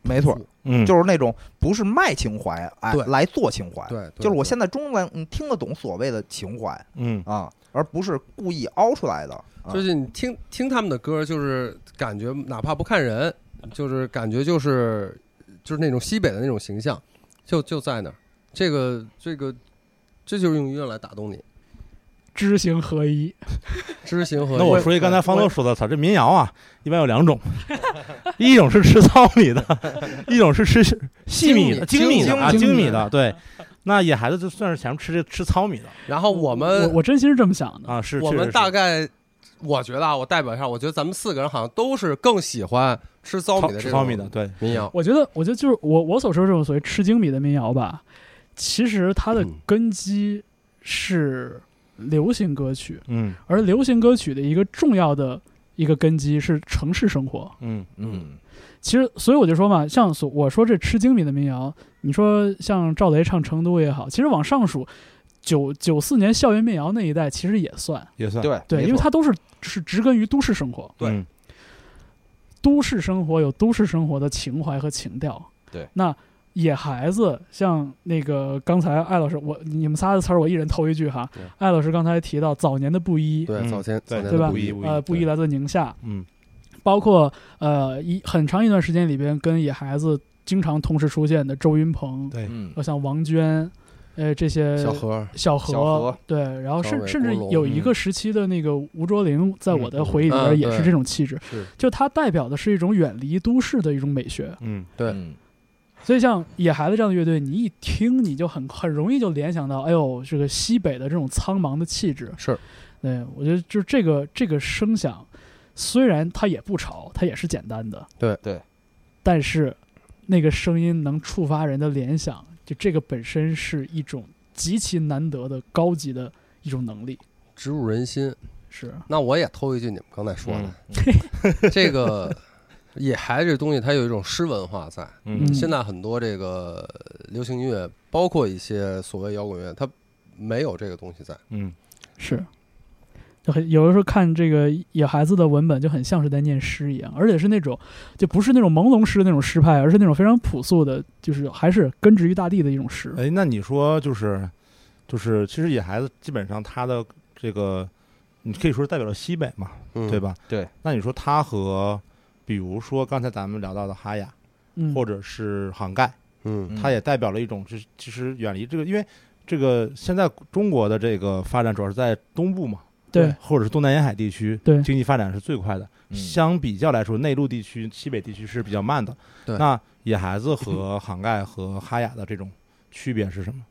没错， 嗯， 就是那种不是卖情怀，哎对， 来做情怀， 对，对就是我现在终能嗯听得懂所谓的情怀嗯啊，而不是故意凹出来的。啊就是你听听他们的歌，就是感觉哪怕不看人，就是感觉就是就是那种西北的那种形象，就就在那儿。这个这个，这就是用音乐来打动你， 知行合一。 知行合一。 那我说一刚才方豆说的，操，这民谣啊，一般有两种，一种是吃糙米的，一种是吃细米的、精米的啊，精米的。对，那野孩子就算是前面吃这吃糙米的然后我我们我真心是这么想的。 啊，是我们确实是大概，我觉得啊，我代表一下，我觉得咱们四个人好像都是更喜欢吃糙米的这种吃糙米的，对， 民谣。 我觉得，我觉得就是我我所说这种所谓吃精米的民谣吧，其实它的嗯根基是流行歌曲， 嗯而流行歌曲的一个重要的一个根基是城市生活。 嗯嗯， 其实，所以我就说嘛，像所我说这吃精米的民谣，你说像赵雷唱《成都》也好，其实往上数，九九四年校园民谣那一代其实也算， 也算对对，因为它都是是植根于都市生活， 对嗯都市生活有都市生活的情怀和情调。 对， 那野孩子像那个刚才艾老师，我你们仨的词儿我一人偷一句哈对。 艾老师刚才提到早年的布衣， 对， 嗯早前早对对吧年的不一， 呃，布衣来自宁夏， 嗯包括呃一很长一段时间里边跟野孩子经常同时出现的周云鹏， 对， 嗯呃像王娟，呃这些小何， 小何， 小何对，然后赵甚甚至伟郭龙有一个时期的那个吴卓林，在我的回忆里嗯边也是对这种气质， 是就它代表的是一种远离都市的一种美学。 嗯对嗯所以像野孩子这样的乐队，你一听你就很很容易就联想到，哎呦，这个西北的这种苍茫的气质。 是， 对，我觉得就是这个这个声响，虽然它也不吵，它也是简单的， 对对， 但是那个声音能触发人的联想，就这个本身是一种极其难得的高级的一种能力。 植入人心。 是， 那我也偷一句你们刚才说的， 嗯这个野孩子这东西，它有一种诗文化在。 嗯嗯现在很多这个流行音乐，包括一些所谓摇滚乐，它没有这个东西在。 嗯是，就很有的时候看这个野孩子的文本，就很像是在念诗一样，而且是那种就不是那种朦胧诗的那种诗派，而是那种非常朴素的，就是还是根植于大地的一种诗。 哎，那你说就是就是，其实野孩子基本上他的这个，你可以说是代表了西北嘛， 嗯， 对吧？ 对。 那你说他和比如说刚才咱们聊到的哈雅， 嗯， 或者是杭盖， 嗯， 它也代表了一种就是其实远离这个，因为这个现在中国的这个发展主要是在东部嘛， 对， 或者是东南沿海地区， 对经济发展是最快的。 嗯相比较来说，内陆地区、西北地区是比较慢的。 对那野孩子和杭盖和哈雅的这种区别是什么？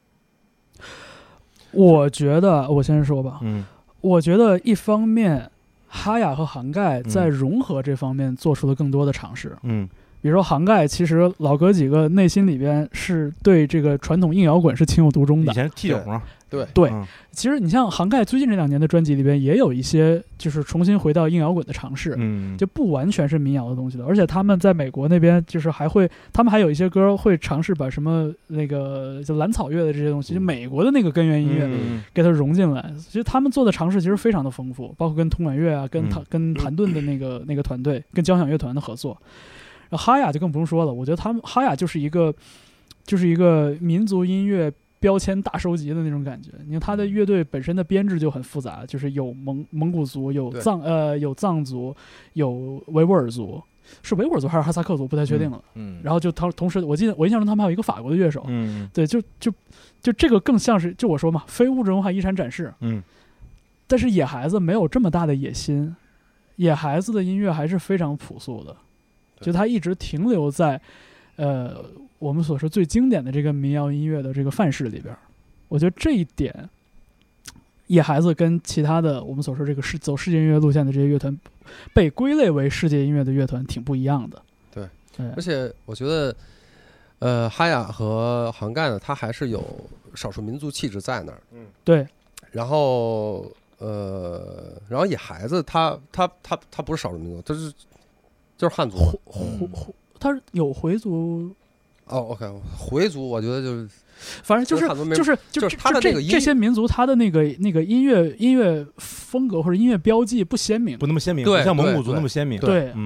我觉得我先说吧， 嗯我觉得一方面，哈雅和杭盖在融合这方面做出了更多的尝试。 嗯比如说杭盖，其实老哥几个内心里边是对这个传统硬摇滚是情有独钟的。 以前踢友啊， 对对， 嗯其实你像杭盖最近这两年的专辑里边，也有一些就是重新回到硬摇滚的尝试。 嗯， 就不完全是民谣的东西了，而且他们在美国那边就是还会，他们还有一些歌会尝试把什么那个就蓝草乐的这些东西，就美国的那个根源音乐嗯给它融进来。其实他们做的尝试其实非常的丰富，包括跟铜管乐啊、跟嗯谭跟谭盾的那个那个团队、跟交响乐团的合作。然后哈雅就更不用说了，我觉得他们哈雅就是一个就是一个民族音乐标签大收集的那种感觉。你看他的乐队本身的编制就很复杂，就是有蒙蒙古族，有对藏呃有藏族，有维吾尔族，是维吾尔族还是哈萨克族，不太确定了。 嗯， 然后就他同时，我记得我印象中他们还有一个法国的乐手， 嗯对，就就就这个更像是就我说嘛，非物质文化遗产展示。 嗯但是野孩子没有这么大的野心，野孩子的音乐还是非常朴素的，就他一直停留在呃我们所说最经典的这个民谣音乐的这个范式里边。我觉得这一点，野孩子跟其他的我们所说这个世走世界音乐路线的这些乐团，被归类为世界音乐的乐团挺不一样的。 对， 对而且我觉得，呃，哈雅和杭盖呢，它还是有少数民族气质在那儿。 嗯， 对， 然后呃，然后野孩子他他他他不是少数民族，他是就是汉族嘛。 回回他有回族， 哦，OK，回族我觉得就是反正就是汉族没就是就就是他的这那个音这些民族，他的那个那个音乐音乐风格或者音乐标记不鲜明不。那么鲜明， 对不像蒙古对族那么鲜明。 对嗯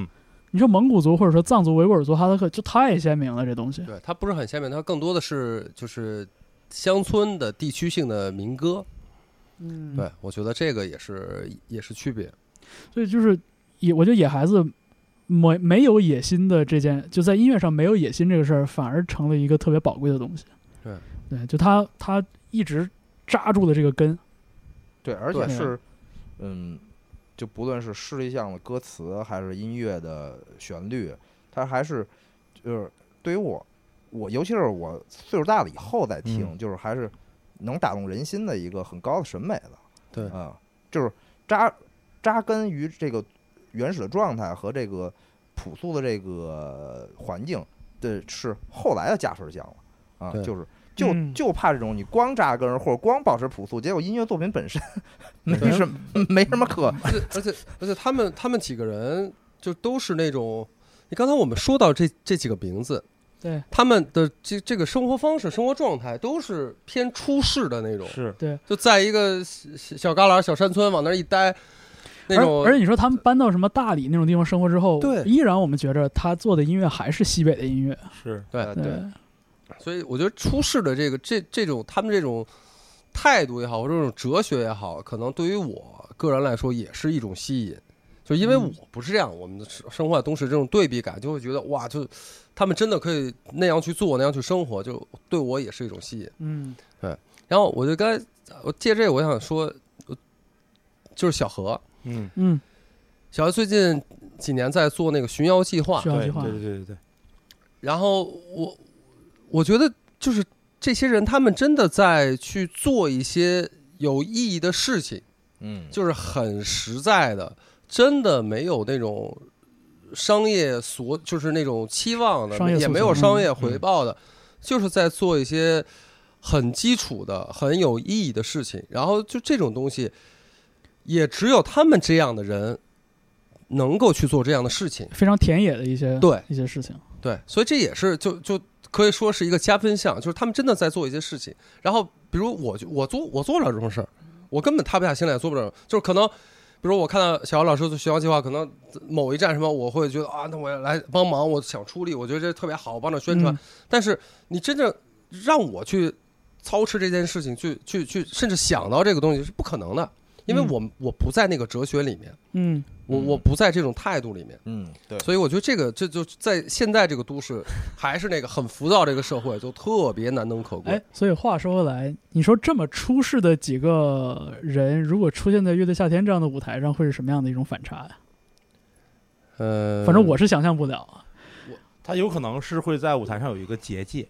你说蒙古族或者说藏族、维吾尔族、哈萨克就太鲜明了，这东西。 对，它不是很鲜明，它更多的是就是乡村的地区性的民歌。 嗯， 对，我觉得这个也是也是区别。 所以就是野，我觉得野孩子没没有野心的这件，就在音乐上没有野心这个事儿，反而成了一个特别宝贵的东西。 对， 对，就他他一直扎住了这个根。 对，而且对是，嗯，就不论是诗意象的歌词，还是音乐的旋律，它还是就是对于我，我尤其是我岁数大了以后再听， 嗯就是还是能打动人心的一个很高的审美的。 对啊、嗯，就是扎扎根于这个原始的状态和这个朴素的这个环境的，是后来的加分项了啊， 对就是。就嗯就怕这种你光扎根或者光保持朴素，结果音乐作品本身没对什么没什么可。 而且而且而且他们他们几个人就都是那种，你刚才我们说到这这几个名字， 对他们的这这个生活方式、生活状态都是偏出世的那种， 是对， 就在一个小小旮旯、小山村往那儿一待，那种。 而而且你说他们搬到什么大理那种地方生活之后， 对依然我们觉着他做的音乐还是西北的音乐。 是， 对呃对， 所以我觉得出世的这个这这种他们这种态度也好，或者这种哲学也好，可能对于我个人来说也是一种吸引。就因为我不是这样，我们的生活在都市这种对比感，就会觉得哇，就他们真的可以那样去做，那样去生活，就对我也是一种吸引。 嗯然后我就刚才我借这个，我想说，就是小何， 嗯， 嗯， 小何最近几年在做那个寻妖计划， 对需要计划对对对对， 然后我我觉得就是这些人，他们真的在去做一些有意义的事情， 嗯， 就是很实在的，真的没有那种商业所，就是那种期望的， 商业诉求也没有商业回报的，就是在做一些很基础的、很有意义的事情。然后就这种东西，也只有他们这样的人能够去做这样的事情。 非常田野的一些对一些事情。 对，所以这也是就就可以说是一个加分项，就是他们真的在做一些事情。然后，比如我就我做我做不了这种事儿，我根本踏不下心来，做不了。就是可能，比如我看到小姚老师的学校计划，可能某一站什么，我会觉得啊，那我要来帮忙，我想出力，我觉得这特别好，我帮着宣传。 嗯但是你真正让我去操持这件事情，去去去，甚至想到这个东西是不可能的，因为我、我不在那个哲学里面， 嗯， 我我不在这种态度里面。 嗯，对， 所以我觉得这个这就在现在这个都市，还是那个很浮躁这个社会，就特别难能可贵。 哎，所以话说回来，你说这么出世的几个人，如果出现在乐队夏天这样的舞台上，会是什么样的一种反差呀？ 呃， 反正我是想象不了啊。 他有可能是会在舞台上有一个结界，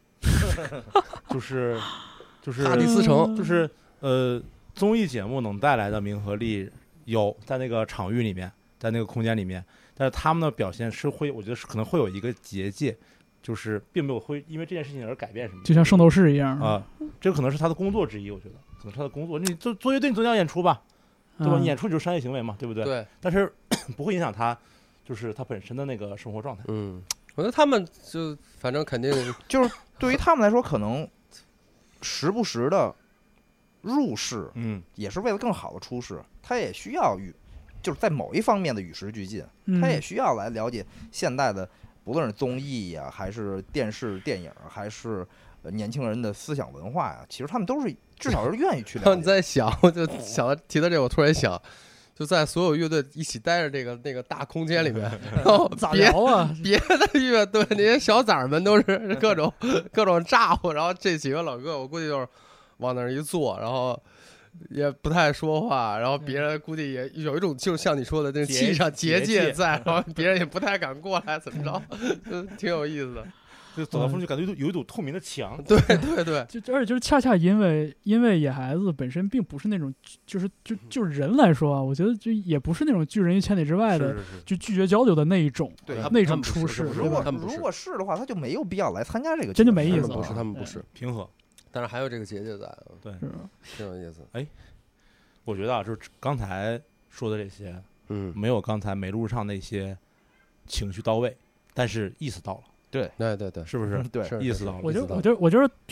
就是就是大理寺城就是呃综艺节目能带来的名和利有在那个场域里面，在那个空间里面，但是他们的表现是会，我觉得是可能会有一个结界，就是并没有会因为这件事情而改变什么， 就像圣斗士一样啊、这个可能是他的工作之一，我觉得可能是他的工作。你做做乐队，你总要演出吧，对吧？ 嗯你演出就是商业行为嘛，对不对？ 对， 但是不会影响他，就是他本身的那个生活状态。 嗯，我觉得他们就反正肯定就是对于他们来说，可能时不时的入世， 嗯， 也是为了更好的出世，他也需要与，就是在某一方面的与时俱进， 嗯他也需要来了解现代的，不论是综艺呀、还是电视、电影，还是呃年轻人的思想文化呀，其实他们都是至少是愿意去然后了解。 你在想，我就想到提到这个，我突然想，就在所有乐队一起待着这个那个大空间里面，然后咋别聊啊？ 别的乐队那些小崽儿们都是各种各种咋呼，然后这几个老哥，我估计就是往那儿一坐，然后也不太说话，然后别人估计也有一种就像你说的那种气场结界在，然后别人也不太敢过来，怎么着，就挺有意思的。 就走到风就感觉有一堵有一堵透明的墙。 对对对， 就而且就是恰恰因为因为野孩子本身并不是那种就是就就是人来说啊，我觉得就也不是那种拒人于千里之外的， 是是是， 就拒绝交流的那一种， 对他们那他们不是种出世， 不是如果他们不是如果是的话，他就没有必要来参加这个， 真就没意思了他们不是，他们不是， 平和。 但是还有这个结界在， 对， 是挺有意思。 我觉得啊，就是刚才说的这些， 嗯， 没有刚才没录上那些情绪到位，但是意思到了， 对对对， 是不是？ 对是意思到了， 我觉得， 意思到我觉得，我觉得就是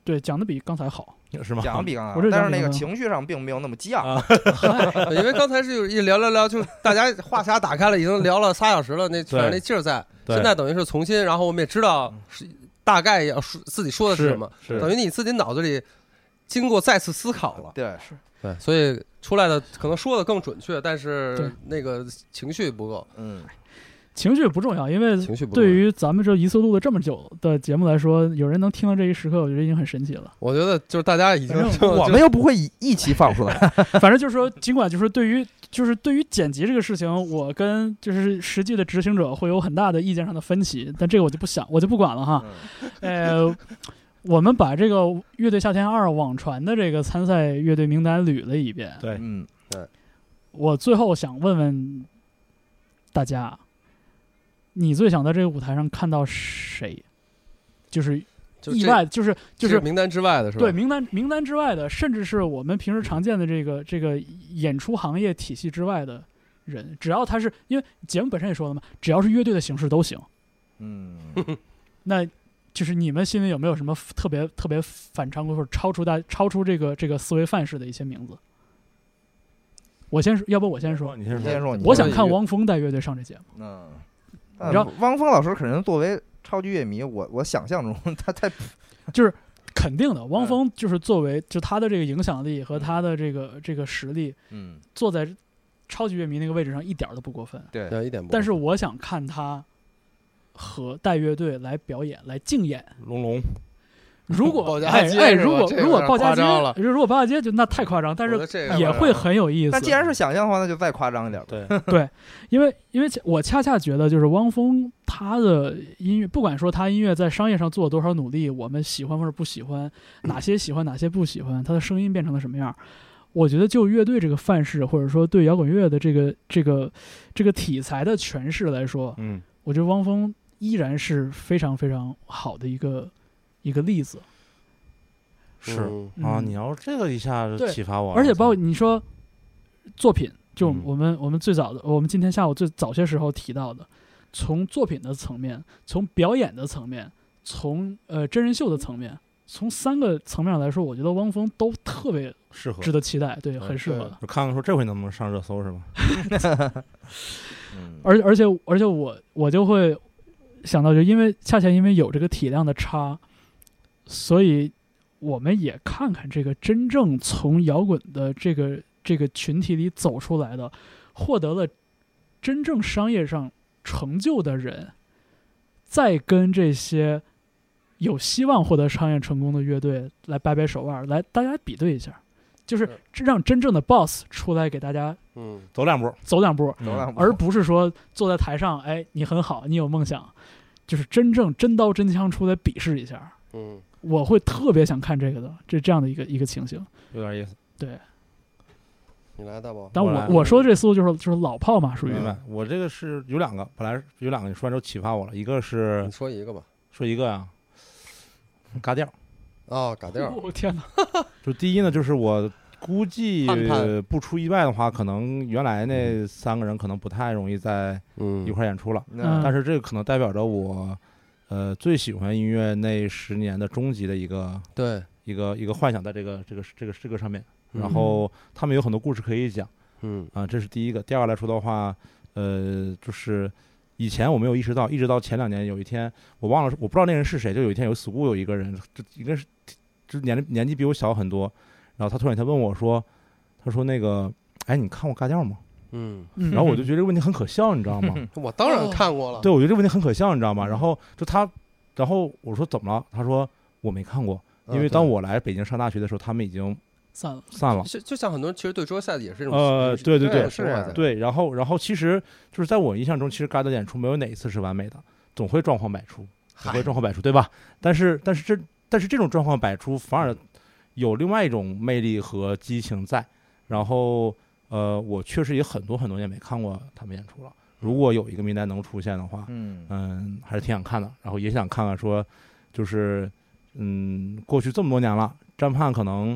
对，讲的比刚才好， 是吗？ 讲的比刚才好我这， 但是那个讲比刚才情绪上并没有那么激昂。 啊对因为刚才是一聊聊聊，就大家话匣打开了，已经聊了仨小时了，那反正那劲儿在。 对现在等于是重新，然后我们也知道是大概要说自己说的是什么， 是等于你自己脑子里经过再次思考了。 对， 是对，所以出来的可能说的更准确，但对是那个情绪不够， 嗯， 情绪不重要，因为情绪不够。 对于咱们这一次录了这么久的节目来说，有人能听到这一时刻，我觉得已经很神奇了。 我觉得就是大家已经反正就我们又不会一一起放出来。 反正就是说，尽管就是对于就是对于剪辑这个事情，我跟就是实际的执行者会有很大的意见上的分歧，但这个我就不想，我就不管了哈。呃，我们把这个乐队夏天二网传的这个参赛乐队名单捋了一遍。 对， 嗯， 我最后想问问大家，你最想在这个舞台上看到谁？就是就意外，就是就是这名单之外的是吧？ 对名单名单之外的，甚至是我们平时常见的这个这个演出行业体系之外的人，只要他是因为节目本身也说了嘛，只要是乐队的形式都行。 嗯， 那就是你们心里有没有什么特别特别反常规或者超出大超出这个这个思维范式的一些名字？我先说，要不我先说。 你先说。 你先说，你我想说看汪峰带乐队上这节目。 嗯， 你知道汪峰老师可能作为超级乐迷，我我想象中他太就是肯定的，汪峰就是作为就他的这个影响力和他的这个这个实力， 嗯， 坐在超级乐迷那个位置上一点儿都不过分。 对， 对，一点不过分。 但是我想看他和带乐队来表演，来竞演。 龙龙， 如果报价哎哎， 街是吧如果如果这个有点报价街夸张了， 如果报价街就那太夸张，但是我觉得这个也会很有意思。 但既然是想象的话，那就再夸张一点。 对， 对，因为因为我恰恰觉得，就是汪峰他的音乐，不管说他音乐在商业上做了多少努力，我们喜欢或者不喜欢，哪些喜欢哪些不喜欢，他的声音变成了什么样，我觉得就乐队这个范式，或者说对摇滚乐的这个这个这个题材的诠释来说， 嗯， 我觉得汪峰依然是非常非常好的一个一个例子。 是嗯啊， 嗯你要这个一下子对启发我了， 而且包括你说作品，就嗯我们、我们最早的，我们今天下午最早些时候提到的，从作品的层面，从表演的层面，从呃真人秀的层面，从三个层面上来说，我觉得汪峰都特别适合值。得期待，对， 对很适合的。 我看看说这回能不能上热搜是吧？ 嗯， 而而且而且我我就会想到，就因为恰恰因为有这个体量的差，所以我们也看看这个真正从摇滚的这个这个群体里走出来的，获得了真正商业上成就的人，再跟这些有希望获得商业成功的乐队来掰掰手腕，来大家比对一下，就是让真正的 boss 出来给大家嗯， 走两步， 走两步， 走两步而不是说坐在台上，哎，你很好，你有梦想，就是真正真刀真枪出来比试一下。 嗯， 我会特别想看这个的，这这样的一个一个情形。 有点意思。 对， 你来大宝。 但我我来我说的这思路就是就是老炮嘛，属于明白。我这个是有两个，本来有两个，你说完之后启发我了。一个是你说一个吧。 说一个呀、嘎调。 哦，嘎调。 哦天哪， 就第一呢，就是我估计盼盼不出意外的话，可能原来那三个人可能不太容易在嗯一块儿演出了。 嗯但是这个可能代表着我，呃，最喜欢音乐那十年的终极的一个对， 一个一个幻想，在这个这个这个这个上面。 嗯然后他们有很多故事可以讲嗯啊，这是第一个。第二个来说的话，呃，就是以前我没有意识到，一直到前两年有一天，我忘了，我不知道那人是谁。就有一天有 school 有一个人，这应该是就是年龄年纪比我小很多，然后他突然他问我说，他说那个，哎，你看过嘎调吗？ 嗯， 嗯然后我就觉得这个问题很可笑，你知道吗？ 我当然看过了。 对，我觉得这个问题很可笑，你知道吗？然后就他，然后我说怎么了？他说我没看过，因为当我来北京上大学的时候，他们已经散了。 散了。 就就像很多人其实对桌赛也是这种呃，对对对， 是这样的。 对，然后然后其实就是在我印象中，其实嘎的演出没有哪一次是完美的，总会状况百出，总会状况百出，对吧？但是但是这但是这种状况百出反而有另外一种魅力和激情在。然后呃，我确实也很多很多年没看过他们演出了。如果有一个名单能出现的话， 嗯嗯，还是挺想看的。然后也想看看说，就是嗯，过去这么多年了，战判可能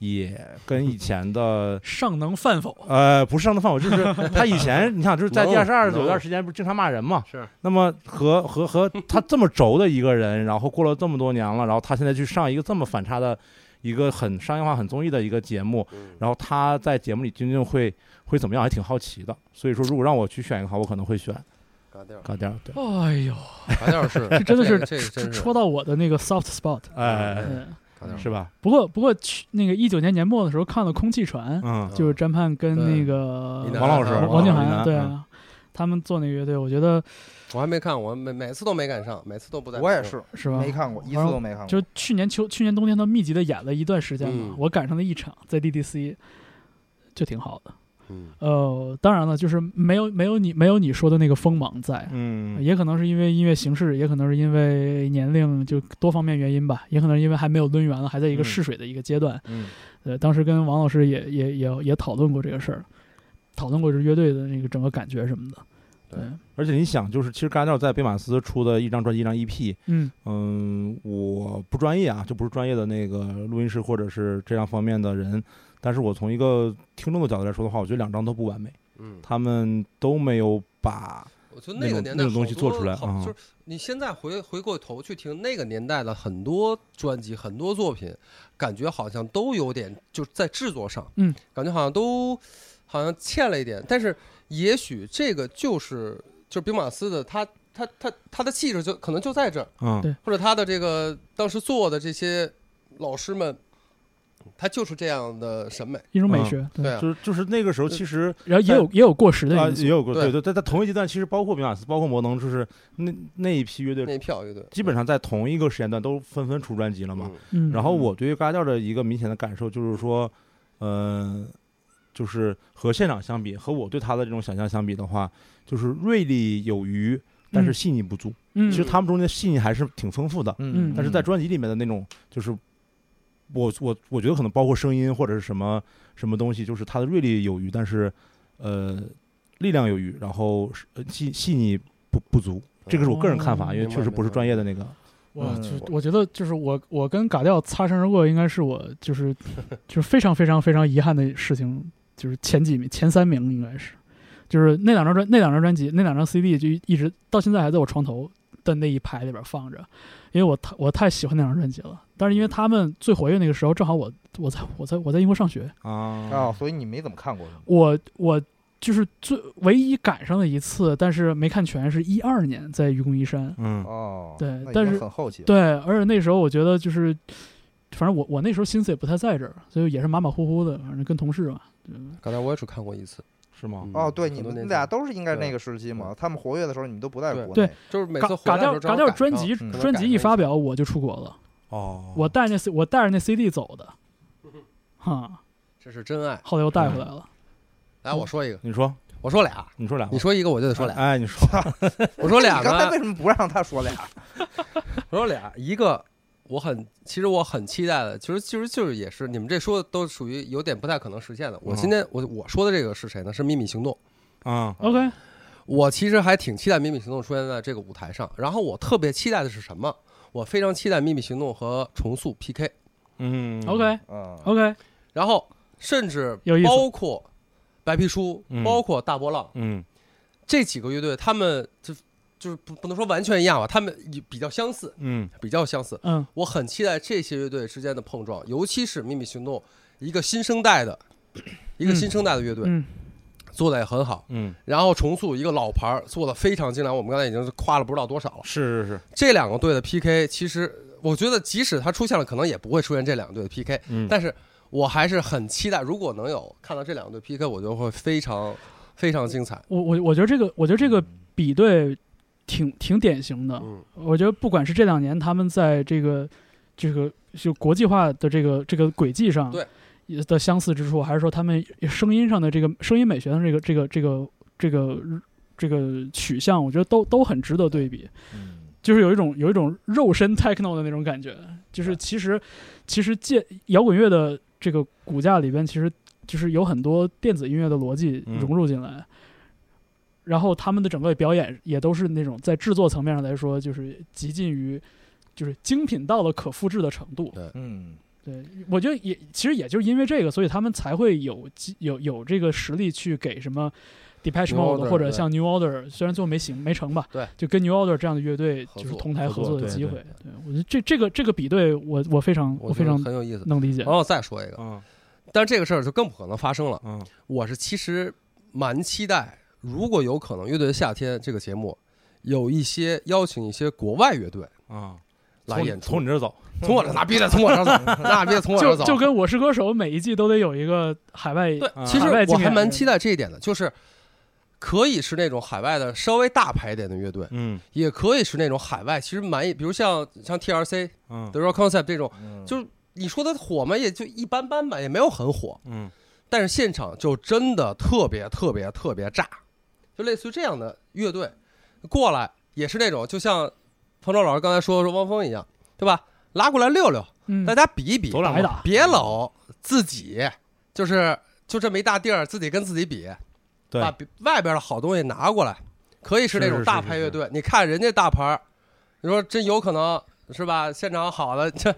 也跟以前的尚能饭否？ 呃不是上的范围，就是他以前你想就是在第二十二有段时间不是经常骂人嘛， 是。 那么和和和他这么轴的一个人，然后过了这么多年了，然后他现在去上一个这么反差的一个很商业化、很综艺的一个节目，然后他在节目里究竟会会怎么样，还挺好奇的。所以说，如果让我去选一个话，我可能会选嘎调， 嘎调。对， 哎呦， 嘎调是这真的是这个真是戳到我的那个 soft spot。 哎， 嗯， 嘎调是吧？ 不过不过去那个一九年年末的时候看了《空气船》， 嗯， 就是詹盼跟那个对王老师王王静王静涵涵对啊，他们做那个乐队，我觉得我还没看，我每每次都没赶上，每次都不在。 我也是是吧？ 没看过，一次都没看过。 就去年秋去年冬天他密集的演了一段时间嘛， 嗯我赶上了一场在 D D C， 就挺好的。 嗯， 呃，当然了，就是没有没有你没有你说的那个锋芒在， 嗯， 也可能是因为音乐形式，也可能是因为年龄，就多方面原因吧，也可能是因为还没有抡圆了，还在一个嗯试水的一个阶段。 嗯， 呃，当时跟王老师也也也也讨论过这个事儿，讨论过这乐队的那个整个感觉什么的。对， 而且你想，就是其实嘎调在贝马斯出的一张专辑、一张 E P， 嗯嗯，我不专业啊，就不是专业的那个录音师或者是这样方面的人，但是我从一个听众的角度来说的话，我觉得两张都不完美， 嗯， 他们都没有把我觉得那个年代那种东西好多做出来啊好就是你现在回回过头去听那个年代的很多专辑、很多作品，感觉好像都有点就在制作上， 嗯， 感觉好像都好像欠了一点，但是也许这个就是就是兵马司的他他他他的气质就可能就在这儿， 嗯， 对或者他的这个当时做的这些老师们，他就是这样的审美， 一种美学。对， 对啊， 就是就是那个时候其实然后也有也有过时的啊因素。 也有过对对对，在在同一阶段，其实包括比马斯，包括摩登，就是那那一批乐队那一票乐队基本上在同一个时间段都纷纷出专辑了嘛。 嗯嗯， 然后我对于嘎调的一个明显的感受就是说，呃，就是和现场相比，和我对他的这种想象相比的话，就是锐利有余，但是细腻不足。 嗯， 其实他们中间细腻还是挺丰富的， 嗯但是在专辑里面的那种，就是我我我觉得可能包括声音或者是什么什么东西，就是它的锐利有余，但是呃力量有余，然后呃细细腻不不足。这个是我个人看法， 哦因为确实不是专业的那个。 我嗯就我觉得就是我我跟嘎调擦身而过，应该是我就是就是非常非常非常遗憾的事情，就是前几名前三名应该是，就是那两张专那两张专辑那两张 C D 就一直到现在还在我床头的那一排里边放着，因为我太我太喜欢那张专辑了。但是因为他们最活跃那个时候，正好我我在我在我在英国上学啊哦，所以你没怎么看过。 我我就是最唯一赶上的一次，但是没看全，是一二年在愚公移山。 嗯哦， 对那已经但是很后期了。 对，而且那时候我觉得就是，反正我我那时候心思也不太在这儿，所以也是马马虎虎的，反正跟同事嘛。 刚才我也只看过一次， 是吗？ 嗯哦，对，你很多年前们俩都是应该对那个时期嘛。他们活跃的时候，你们都不在对国内。 对就是每嘎次回嘎调嘎调来的时候正好赶上专辑嗯专辑一发表，我就出国了。 哦， 我带那 C 我带着那 C D 走的，哈， 这是真爱。 后来又带回来了。 来，我说一个， 你说我说俩， 你说俩， 你说一个我就得说俩。 哎，你说我说俩你刚才为呢， 什么不让他说俩？ 我说俩，一个我很其实我很期待的，其实其实就是也是你们这说的都属于有点不太可能实现的。我今天我我说的这个是谁呢？是秘密行动。 啊 OK， 我其实还挺期待秘密行动出现在这个舞台上，然后我特别期待的是什么？我非常期待秘密行动和重塑 P K， 嗯 OK 嗯 OK， 然后甚至有意思包括白皮书， 嗯包括大波浪嗯这几个乐队，他们就就是不不能说完全一样吧，他们也比较相似， 嗯比较相似。 嗯我很期待这些乐队之间的碰撞，尤其是秘密行动一个新生代的一个新生代的乐队、 嗯做的也很好， 嗯， 然后重塑一个老牌儿做的非常精良，我们刚才已经是夸了不知道多少了。 是是是， 这两个队的 P K， 其实我觉得即使它出现了，可能也不会出现这两个队的 P K，、 嗯， 但是我还是很期待，如果能有看到这两个队 P K， 我就会非常非常精彩。 我我我觉得这个我觉得这个比对挺挺典型的。 嗯我觉得不管是这两年他们在这个这个就国际化的这个这个轨迹上， 对的相似之处，还是说他们声音上的这个声音美学的这个这个这个这个这个取向，我觉得都都很值得对比。 嗯就是有一种有一种肉身 techno 的那种感觉，就是其实其实借摇滚乐的这个骨架里边，其实就是有很多电子音乐的逻辑融入进来。嗯，然后他们的整个表演也都是那种在制作层面上来说，就是极近于就是精品到了可复制的程度。 对， 嗯对，我觉得也其实也就是因为这个，所以他们才会有有有这个实力去给什么 Depeche Mode 或者像 New Order， 虽然最后没行没成吧， 对， 就跟 New Order 这样的乐队就是同台合作的机会。对，对我觉得这这个这个比对我我非常我非常很有意思， 能理解。 然后再说一个， 嗯， 但是这个事儿就更不可能发生了。 嗯， 我是其实蛮期待，如果有可能，乐队的夏天这个节目有一些邀请一些国外乐队啊来演出， 从你这儿走， 从我这那必须得从我这儿走，那必须得从我这儿走。 就就跟我是歌手每一季都得有一个海外， 对， 嗯其实我还蛮期待这一点的，就是可以是那种海外的稍微大牌一点的乐队， 嗯， 也可以是那种海外其实蛮，比如像像 T R C、 嗯 The Rock Concept 这种， 嗯就是你说它火嘛，也就一般般吧，也没有很火， 嗯， 但是现场就真的特别特别特别炸，就类似于这样的乐队过来，也是那种就像彭超老师刚才说说汪峰一样，对吧？拉过来溜溜， 嗯， 大家比一比， 走两打一打， 别老自己就是就这么一大地儿，自己跟自己比， 对， 把外边的好东西拿过来，可以是那种大牌乐队。你看人家大牌，你说真有可能是吧？现场好的这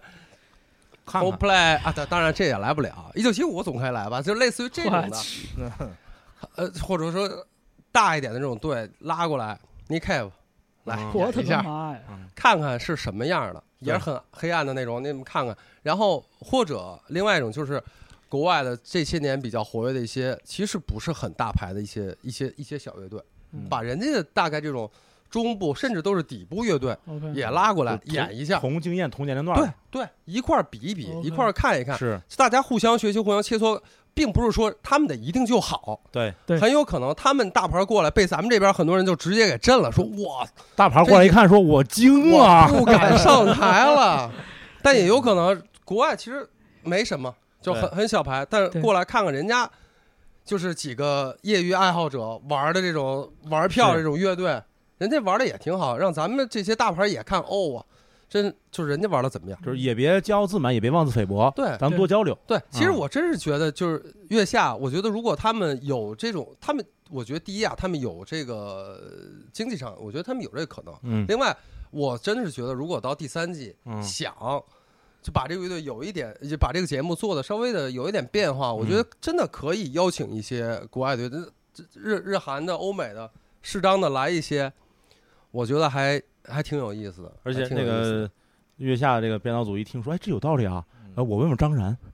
Coldplay 啊，当然这也来不了。一九七五总可以来吧？就类似于这种的，呃，或者说大一点的这种队拉过来 Nick Cave 来我的演一下， 妈呀！ 看看是什么样的，也是很黑暗的那种，你们看看。然后或者另外一种就是国外的这些年比较活跃的一些，其实不是很大牌的一些一些一些小乐队， 嗯把人家的大概这种中部甚至都是底部乐队 OK 也拉过来就演一下， 同经验同年龄段， 对对，一块儿比一比， OK 一块儿看一看， 是大家互相学习，互相切磋。并不是说他们的一定就好， 对， 对很有可能他们大牌过来被咱们这边很多人就直接给震了，说哇， 大牌过来一看，说我惊我了， 不敢上台了。但也有可能国外其实没什么，就很很小牌，但是过来看看人家，就是几个业余爱好者玩的这种玩票的这种乐队，人家玩的也挺好，让咱们这些大牌也看哦啊。真就是人家玩的怎么样？ 就是也别骄傲自满，也别妄自菲薄， 对， 咱们多交流。 对，其实我真是觉得，就是月下，我觉得如果他们有这种，他们，我觉得第一啊，他们有这个经济上，我觉得他们有这个可能。 嗯， 另外，我真是觉得，如果到第三季， 嗯想就把这个乐队有一点，就把这个节目做的稍微的有一点变化，我觉得真的可以邀请一些国外队，日日韩的、欧美的，适当的来一些，我觉得还。还挺有意思的， 而且那个月下这个编导组一听说，哎，这有道理啊！呃，我问问张然，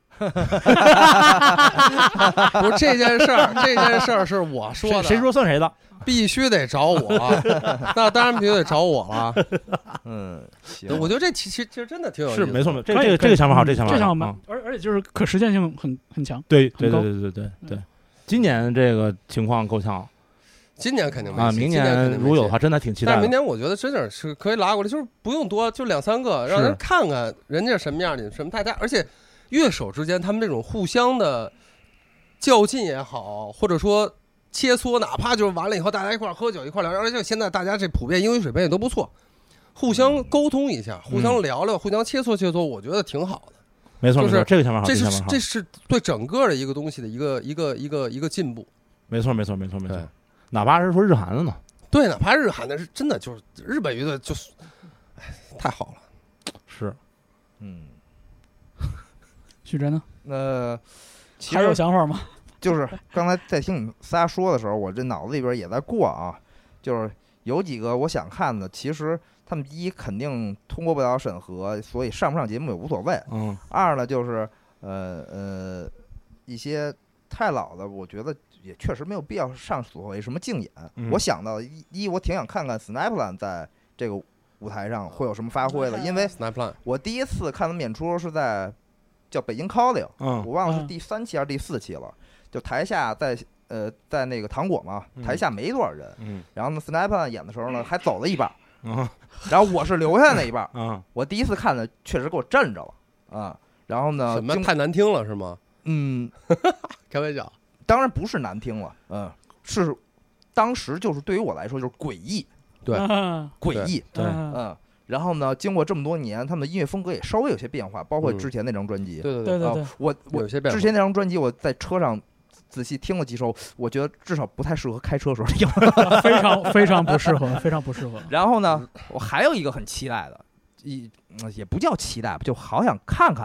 不是这件事儿，这件事儿是我说的， 谁说算谁的？ 必须得找我，那当然必须得找我了。 嗯，行， 我觉得这其实其实真的挺有意思的， 是没错没错，这个这个这个想法好，这想法好， 这想法，而而且就是可实现性很很强。 对对对对对对对，今年这个情况够呛。 今年肯定没啊，明年如有的话，真的挺期待的。 但是明年我觉得真的是可以拉过来，就是不用多，就两三个，让人看看人家什么样的，什么大家，而且乐手之间他们这种互相的较劲也好，或者说切磋，哪怕就是完了以后大家一块喝酒一块聊，而且现在大家这普遍英语水平也都不错，互相沟通一下，互相聊聊，互相切磋切磋，我觉得挺好的。 没错，没错，这个想法好， 这是这是对整个的一个东西的一个一个一个一个进步。 没错，没错，没错，没错。哪怕是说日韩的呢？ 对，哪怕日韩的是真的就是日本乐队，就是哎，太好了。 是， 嗯， 许真呢？ 那还有想法吗？ 就是刚才在听你们仨说的时候，我这脑子里边也在过啊，就是有几个我想看的，其实他们第一肯定通过不了审核，所以上不上节目也无所谓。 嗯。 二呢，就是呃呃一些太老的，我觉得。也确实没有必要上所谓什么竞演。 嗯、 我想到一，一我挺想看看 Snaplan 在这个舞台上会有什么发挥的，因为我第一次看他们演出是在叫北京 Calling，、嗯、我忘了是第三期还是第四期了。就台下在呃在那个糖果嘛，台下没多少人， 嗯、 然后呢 Snaplan 演的时候呢还走了一半，嗯、然后我是留下那一半。 嗯、 我第一次看的确实给我震着了啊、嗯。然后呢， 什么太难听了是吗？ 嗯， 开玩笑。 当然不是难听了，嗯，是当时就是对于我来说就是诡异， 对， 诡异， 对， 嗯。然后呢，经过这么多年，他们的音乐风格也稍微有些变化，包括之前那张专辑， 对对对对， 我我之前那张专辑我在车上仔细听了几首，我觉得至少不太适合开车时候听， 非常非常不适合，非常不适合。 然后呢，我还有一个很期待的，也也不叫期待吧，就好想看看呀。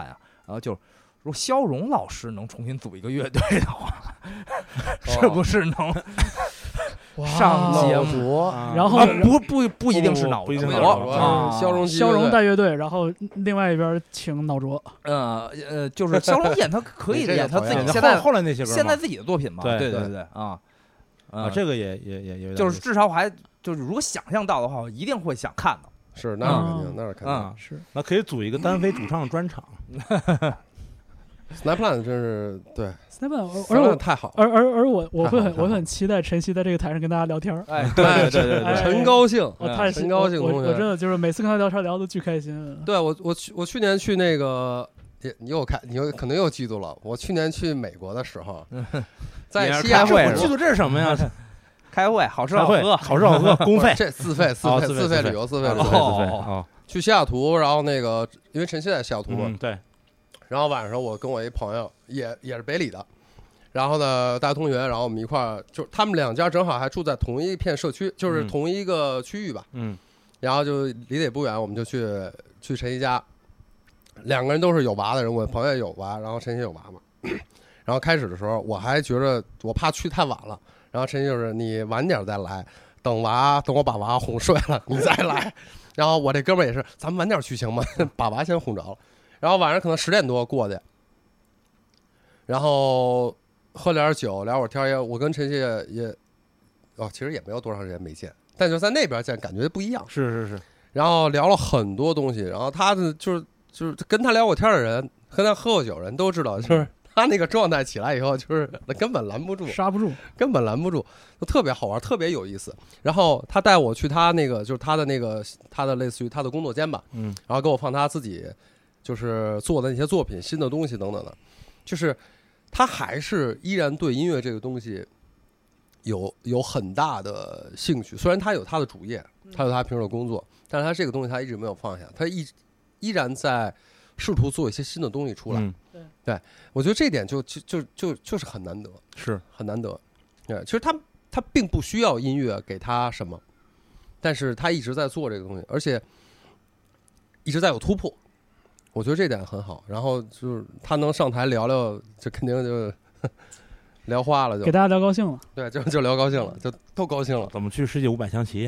然后就如果肖荣老师能重新组一个乐队的话，是不是能上节目？ 然后不不不一定是脑不一定是浊啊，肖荣肖荣带乐队，然后另外一边请脑浊。 呃呃，就是肖荣演他可以演他自己现在后来那些歌， 现在自己的作品嘛。 对对对对啊啊，这个也也也也就是至少我还就是如果想象到的话，我一定会想看的。 是，那是肯定，那是肯定是。 那可以组一个单飞主唱专场。 Snaplan 真是对 ，Snaplan 而我太好， 而而而我我会很我很期待晨曦在这个台上跟大家聊天。 哎，对对对对， 真高兴， 我太真高兴， 我我真的就是每次跟他聊天聊得巨开心。 对我我去我去年去那个，你又看你又可能又嫉妒了。我去年去美国的时候，在西雅图， 我嫉妒这是什么呀？ 开会，好吃好喝， 好吃好喝，公费， 这自费自费自费旅游，自费旅游， 自费哦。 去西雅图，然后那个因为晨曦在西雅图嘛， 对。 然后晚上我跟我一朋友也也是北理的，然后呢大学同学，然后我们一块儿就他们两家正好还住在同一片社区，就是同一个区域吧， 嗯， 然后就离得也不远，我们就去去晨曦家，两个人都是有娃的人，我朋友也有娃，然后晨曦有娃嘛，然后开始的时候我还觉得我怕去太晚了。然后晨曦就是你晚点再来，等娃等我把娃哄睡了你再来。然后我这哥们儿也是，咱们晚点去行吗？把娃先哄着了。然后晚上可能十点多过去，然后喝点酒聊会儿天也，我跟晨曦也也哦，其实也没有多长时间没见，但就在那边见感觉不一样。 是是是。 然后聊了很多东西，然后他的就是就是跟他聊过天的人，跟他喝过酒人都知道，就是。他那个状态起来以后，就是根本拦不住， 刹不住， 根本拦不住，就特别好玩，特别有意思。然后他带我去他那个，就是他的那个，他的类似于他的工作间吧， 嗯， 然后给我放他自己就是做的那些作品、新的东西等等的，就是他还是依然对音乐这个东西有有很大的兴趣。虽然他有他的主业，他有他平时的工作，但是他这个东西他一直没有放下，他一依然在。试图做一些新的东西出来， 嗯、 对， 对我觉得这点就就就就就是很难得， 是很难得。对，其实他他并不需要音乐给他什么，但是他一直在做这个东西，而且一直在有突破。我觉得这点很好。然后就是他能上台聊聊，就肯定就聊花了就，就给大家聊高兴了。 对，就就聊高兴了，就都高兴了。 怎么去世界五百强企业？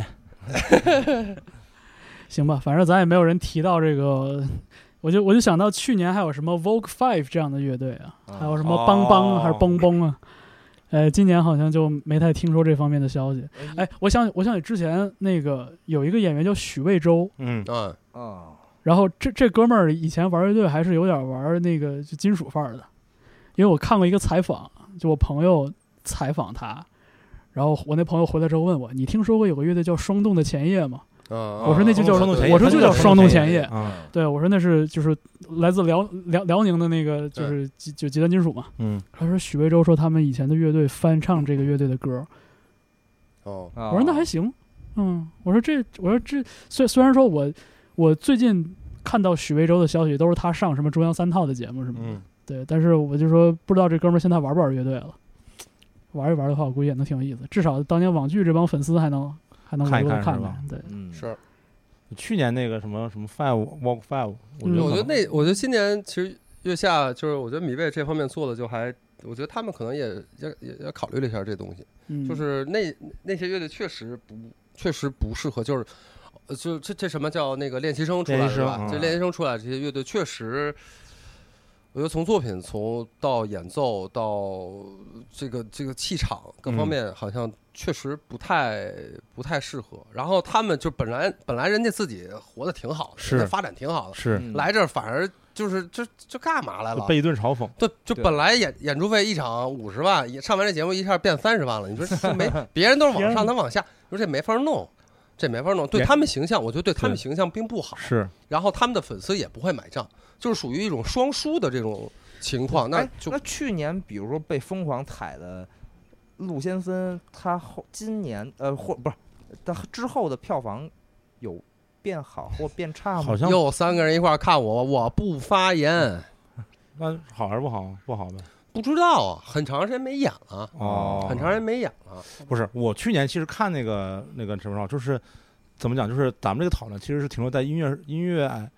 行吧，反正咱也没有人提到这个。我就我就想到去年还有什么 Vogue Five 这样的乐队啊，还有什么邦邦、哦、还是蹦蹦啊，呃，今年好像就没太听说这方面的消息。哎，我想我想起之前那个有一个演员叫许魏洲， 嗯啊啊， 然后这这哥们儿以前玩乐队还是有点玩那个就金属范儿的，因为我看过一个采访，就我朋友采访他，然后我那朋友回来之后问我，你听说过有个乐队叫双洞的前夜吗？ 嗯、 我说那就叫、 哦、 我说就叫双洞前夜， 嗯、 对，我说那是就是来自辽辽辽宁的那个就是就极端金属嘛。 嗯， 他说许魏洲说他们以前的乐队翻唱这个乐队的歌。 哦， 我说那还行，嗯，我说这我说这虽虽然说我我最近看到许魏洲的消息都是他上什么中央三套的节目什么的， 嗯、 对，但是我就说不知道这哥们儿现在玩不玩乐队了，玩一玩的话我估计也能挺有意思，至少当年网剧这帮粉丝还能。还能看一看看是吧？ 对， 嗯，是。 去年那个什么什么 Five Walk Five， 我觉得、 嗯、我觉得那我觉得今年其实月下就是我觉得米贝这方面做的就还，我觉得他们可能也也也也考虑了一下这东西， 嗯、 就是那那些乐队确实不确实不适合，就是呃就这这什么叫那个练习生出来是吧？ 嗯、 这练习生出来这些乐队确实。我觉得从作品从到演奏到这个这个气场各方面好像确实不太不太适合。然后他们就本来本来人家自己活得挺好的， 是发展挺好的， 是来这儿反而就是就就干嘛来了？ 被一顿嘲讽。 对，就本来演演出费一场五十万，上完这节目一下变三十万了。你说这没别人都是往上，他往下，你说这没法弄。这没法弄，对他们形象，我觉得对他们形象并不好。 是， 然后他们的粉丝也不会买账，就是属于一种双输的这种情况。那就那去年，比如说被疯狂踩的陆先森，他后今年呃或不是他之后的票房有变好或变差吗？ 好像又三个人一块看我，我不发言。 那好还是不好？不好呗。 不知道啊，很长时间没演了哦， 很长时间没演了。 不是，我去年其实看那个那个什么，就是怎么讲，就是咱们这个讨论其实是停留在音乐音乐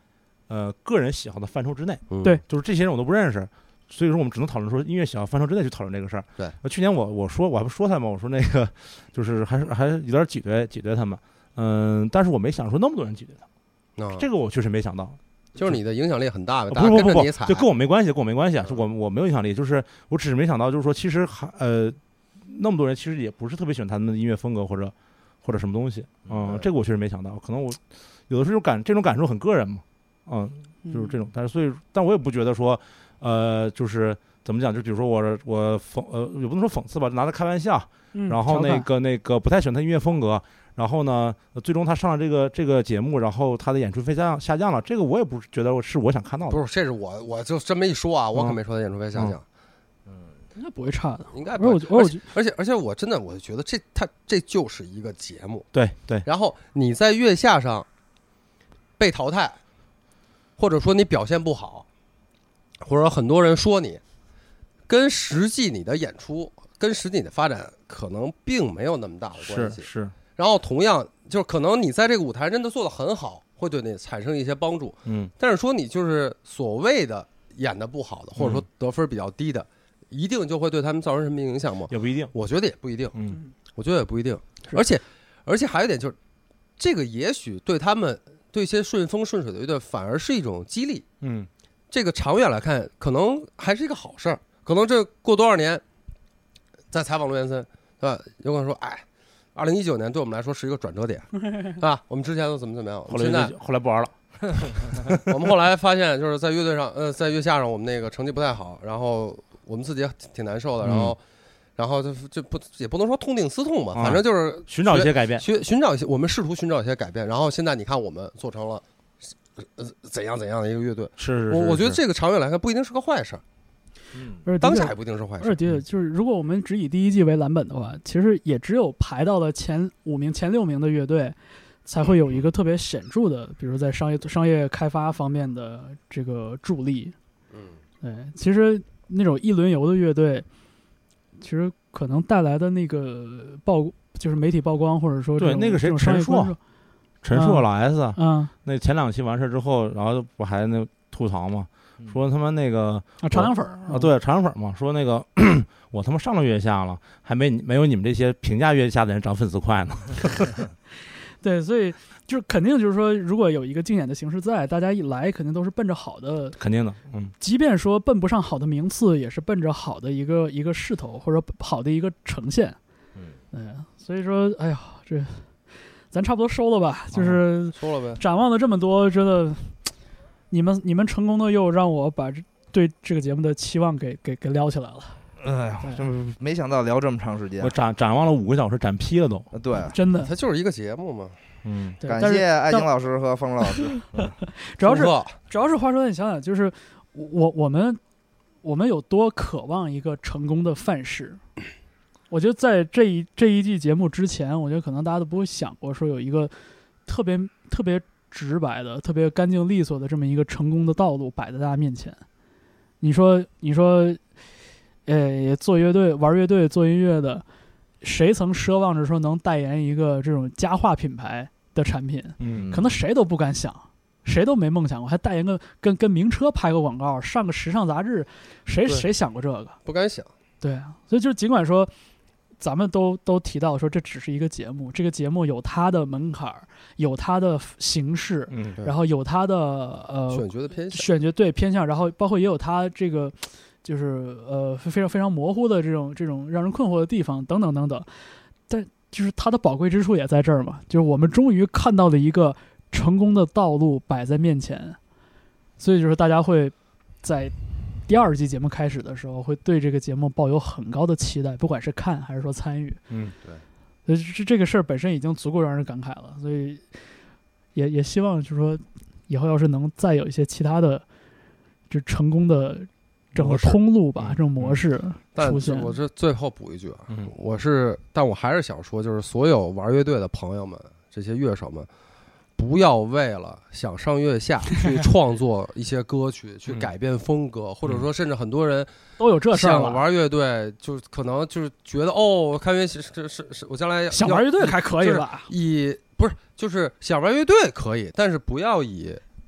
呃个人喜好的范畴之内。 嗯、 对， 就是这些人我都不认识。所以说，我们只能讨论说音乐喜好范畴之内去讨论这个事儿。 对， 去年我我说我还不说他们，我说那个就是还是还是有点挤兑挤兑他们，嗯，但是我没想说那么多人挤兑他， 嗯、 这个我确实没想到。 就是你的影响力很大的， 不不不不， 就跟我没关系，跟我没关系啊，是我我没有影响力，就是我只是没想到，就是说其实还呃那么多人其实也不是特别喜欢他们的音乐风格或者或者什么东西，嗯，嗯这个我确实没想到，可能我有的时候感这种感受很个人嘛，嗯，就是这种，但是所以但我也不觉得说呃就是。怎么讲？就比如说我我讽呃也不能说讽刺吧，拿他开玩笑。 嗯、 然后那个那个不太喜欢他音乐风格，然后呢，最终他上了这个这个节目，然后他的演出费下降下降了。这个我也不是觉得是我想看到的。 不是，这是我我就这么一说啊，我可没说他演出费下降。 嗯，应该不会差的， 应该不会。而且而且而且我真的我就觉得这他这就是一个节目。 对对。 然后你在月下上被淘汰，或者说你表现不好，或者说很多人说你。跟实际你的演出，跟实际你的发展可能并没有那么大的关系。 是是。 然后同样，就是可能你在这个舞台真的做得很好，会对你产生一些帮助。 嗯。 但是说你就是所谓的演得不好的，或者说得分比较低的，嗯、一定就会对他们造成什么影响吗？ 也不一定。 我觉得也不一定。 嗯。 我觉得也不一定。而且，而且还有一点就是，这个也许对他们对一些顺风顺水的乐队反而是一种激励。 嗯。 这个长远来看，可能还是一个好事儿。可能这过多少年，再采访罗元森，对吧？有可能说，哎，二零一九年对我们来说是一个转折点，啊，我们之前都怎么怎么样， 后来现在后来不玩了。 我们后来发现，就是在乐队上，呃，在月下上，我们那个成绩不太好，然后我们自己也挺难受的，然后，嗯、然后就就不也不能说痛定思痛吧，反正就是寻找一些改变， 寻寻找一些，我们试图寻找一些改变，然后现在你看，我们做成了呃怎样怎样的一个乐队， 是是是， 我我觉得这个长远来看不一定是个坏事。 嗯， 当下也不一定是坏事。 而且就是，如果我们只以第一季为蓝本的话，其实也只有排到了前五名、前六名的乐队，才会有一个特别显著的，比如在商业商业开发方面的这个助力。 嗯， 对，其实那种一轮游的乐队，其实可能带来的那个曝，就是媒体曝光，或者说对那个谁陈硕，陈硕老 S， 嗯，嗯那前两期完事之后，然后不还那吐槽吗？说他妈那个啊，长凉粉啊，对，长凉粉嘛。说那个我他妈上了月下了，还没没有你们这些评价月下的人涨粉丝快呢。 对，所以就是肯定就是说，如果有一个竞演的形式在，大家一来肯定都是奔着好的， 肯定的，嗯。 即便说奔不上好的名次，也是奔着好的一个一个势头，或者好的一个呈现。 嗯， 对，所以说，哎呀，这咱差不多收了吧，就是收了呗。 展望了这么多，真的。你们你们成功的又让我把对这个节目的期望给给给撩起来了。 哎呀，没想到聊这么长时间， 我展展望了五个小时，展批了都。 对， 真的， 它就是一个节目嘛。 嗯， 感谢艾晶老师和方老师。 主要是主要是话说，你想想，就是我我们我们有多渴望一个成功的范式。我觉得在这一这一季节目之前，我觉得可能大家都不会想过说有一个特别特别。直白的、特别干净利索的这么一个成功的道路摆在大家面前，你说，你说，呃，做乐队、玩乐队、做音乐的，谁曾奢望着说能代言一个这种家化品牌的产品？ 嗯， 可能谁都不敢想，谁都没梦想过，还代言个跟跟名车拍个广告，上个时尚杂志，谁谁想过这个？ 不敢想。 对啊，所以就尽管说。咱们都都提到说这只是一个节目，这个节目有它的门槛，有它的形式， 嗯， 然后有它的呃选角的偏向， 选角对偏向，然后包括也有它这个就是呃非常非常模糊的这种这种让人困惑的地方等等等等，但就是它的宝贵之处也在这儿嘛，就是我们终于看到了一个成功的道路摆在面前，所以就是大家会在。第二季节目开始的时候，会对这个节目抱有很高的期待，不管是看还是说参与。 嗯， 对， 所以这这个事儿本身已经足够让人感慨了，所以也也希望就是说，以后要是能再有一些其他的，就成功的整个通路吧，这种模式出现。 但我这最后补一句啊， 嗯、 我是，但我还是想说，就是所有玩乐队的朋友们，这些乐手们。不要为了想上月下去创作一些歌曲，去改变风格，或者说甚至很多人都有这事儿想玩乐队，就可能就是觉得哦，看乐是是是是，我将来想玩乐队还可以吧？ 以不是就是想玩乐队可以，但是不要以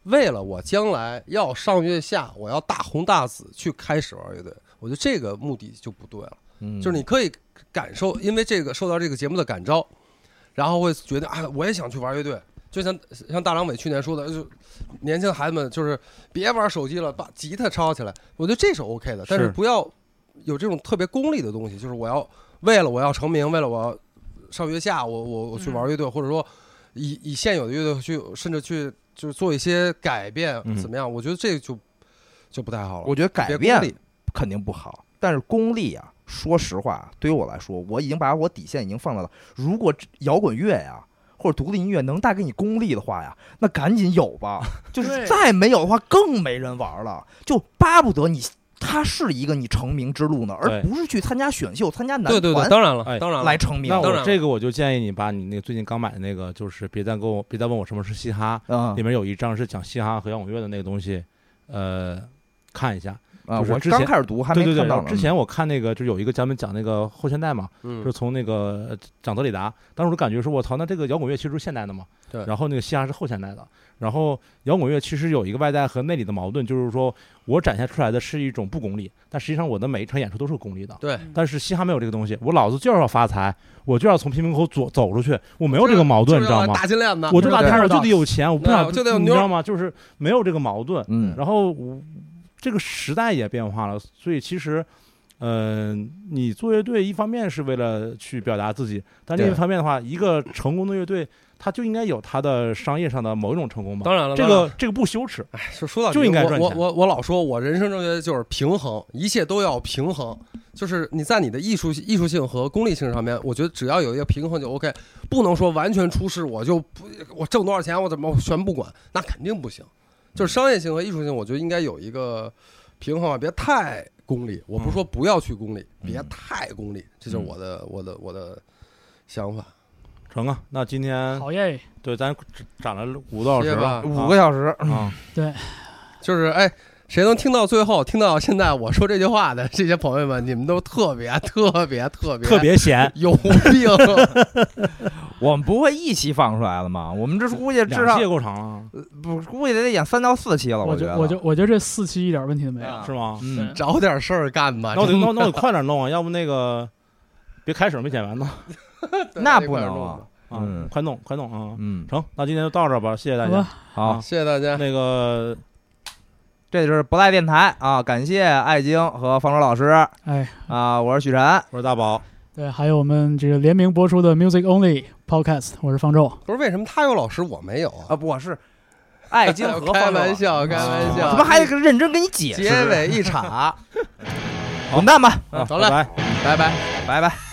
为了我将来要上月下，我要大红大紫去开始玩乐队，我觉得这个目的就不对了。嗯，就是你可以感受，因为这个受到这个节目的感召，然后会觉得啊，我也想去玩乐队。就像像大张伟去年说的，就年轻孩子们就是别玩手机了，把吉他抄起来。我觉得这是 OK 的，但是不要有这种特别功利的东西，就是我要为了我要成名，为了我要上月下，我我我去玩乐队，嗯、或者说以以现有的乐队去，甚至去就是做一些改变，怎么样？嗯、我觉得这就就不太好了。 我觉得改变肯定不好，但是功利啊，说实话，对于我来说，我已经把我底线已经放到了，如果摇滚乐呀。或者独立音乐能带给你功利的话呀，那赶紧有吧。就是再没有的话，更没人玩了。就巴不得你，它是一个你成名之路呢，而不是去参加选秀、参加男团。 对对对，当然了，当然了来成名。 那我这个我就建议你把你那个最近刚买的那个，就是别再跟我别再问我什么是嘻哈，嗯，里面有一章是讲嘻哈和摇滚乐的那个东西，呃，看一下。 啊，我刚开始读还没看到呢。 对对对，之前我看那个就有一个咱们讲那个后现代嘛，嗯，就是从那个长德里达，当时我感觉说，我操，那这个摇滚乐其实是现代的嘛， 对， 然后那个嘻哈是后现代的，然后摇滚乐其实有一个外在和内里的矛盾，就是说我展现出来的是一种不功利，但实际上我的每一场演出都是功利的， 对， 但是嘻哈没有这个东西，我老子就是要发财，我就要从贫民口走走出去，我没有这个矛盾，你知道吗？ 大金链子， 我就大摊上就得有钱，我不想就得有妞， 你知道吗？就是没有这个矛盾，嗯，然后我。这个时代也变化了，所以其实，嗯、呃，你做乐队一方面是为了去表达自己，但另一方面的话，一个成功的乐队，它就应该有它的商业上的某一种成功嘛。 当然了， 这个这个不羞耻。 哎，说说到就应该赚钱。 我我我我老说，我人生正确就是平衡，一切都要平衡。就是你在你的艺术艺术性和功利性上面，我觉得只要有一个平衡就 OK， 不能说完全出世，我就不我挣多少钱我怎么我全不管，那肯定不行。就是商业性和艺术性，我觉得应该有一个平衡啊，别太功利。我不是说不要去功利，嗯、别太功利，这就是我的、嗯、我的我的想法。 成啊，那今天好耶， 对，咱涨了五多小时了， 五个小时啊、嗯， 对， 就是哎。谁能听到最后，听到现在我说这句话的这些朋友们，你们都特别特别特别特别闲， 有病。 我们不会一期放出来了吗？我们这估计至少也够长了， 不估计得演三到四期了。 我觉得， 我就我觉得这四期一点问题都没有， 是吗？ 嗯，找点事儿干吧。 那我得那那我得快点弄啊，要不那个别开始没剪完呢。 那不能啊。 嗯，快弄快弄啊。嗯，成，那今天就到这吧，谢谢大家。 好， 谢谢大家。 那个。 这就是不赖电台啊！感谢艾晶和方舟老师。 哎啊，我是许晨， 我是大宝。 对，还有我们这个联名播出的 Music Only Podcast， 我是方舟。 不是为什么他有老师我没有啊？ 啊，我是艾晶和方舟。 开玩笑，开玩笑。 怎么还得认真跟你解释？ 结尾一茬。 滚蛋吧！ 好嘞，拜拜， 拜拜。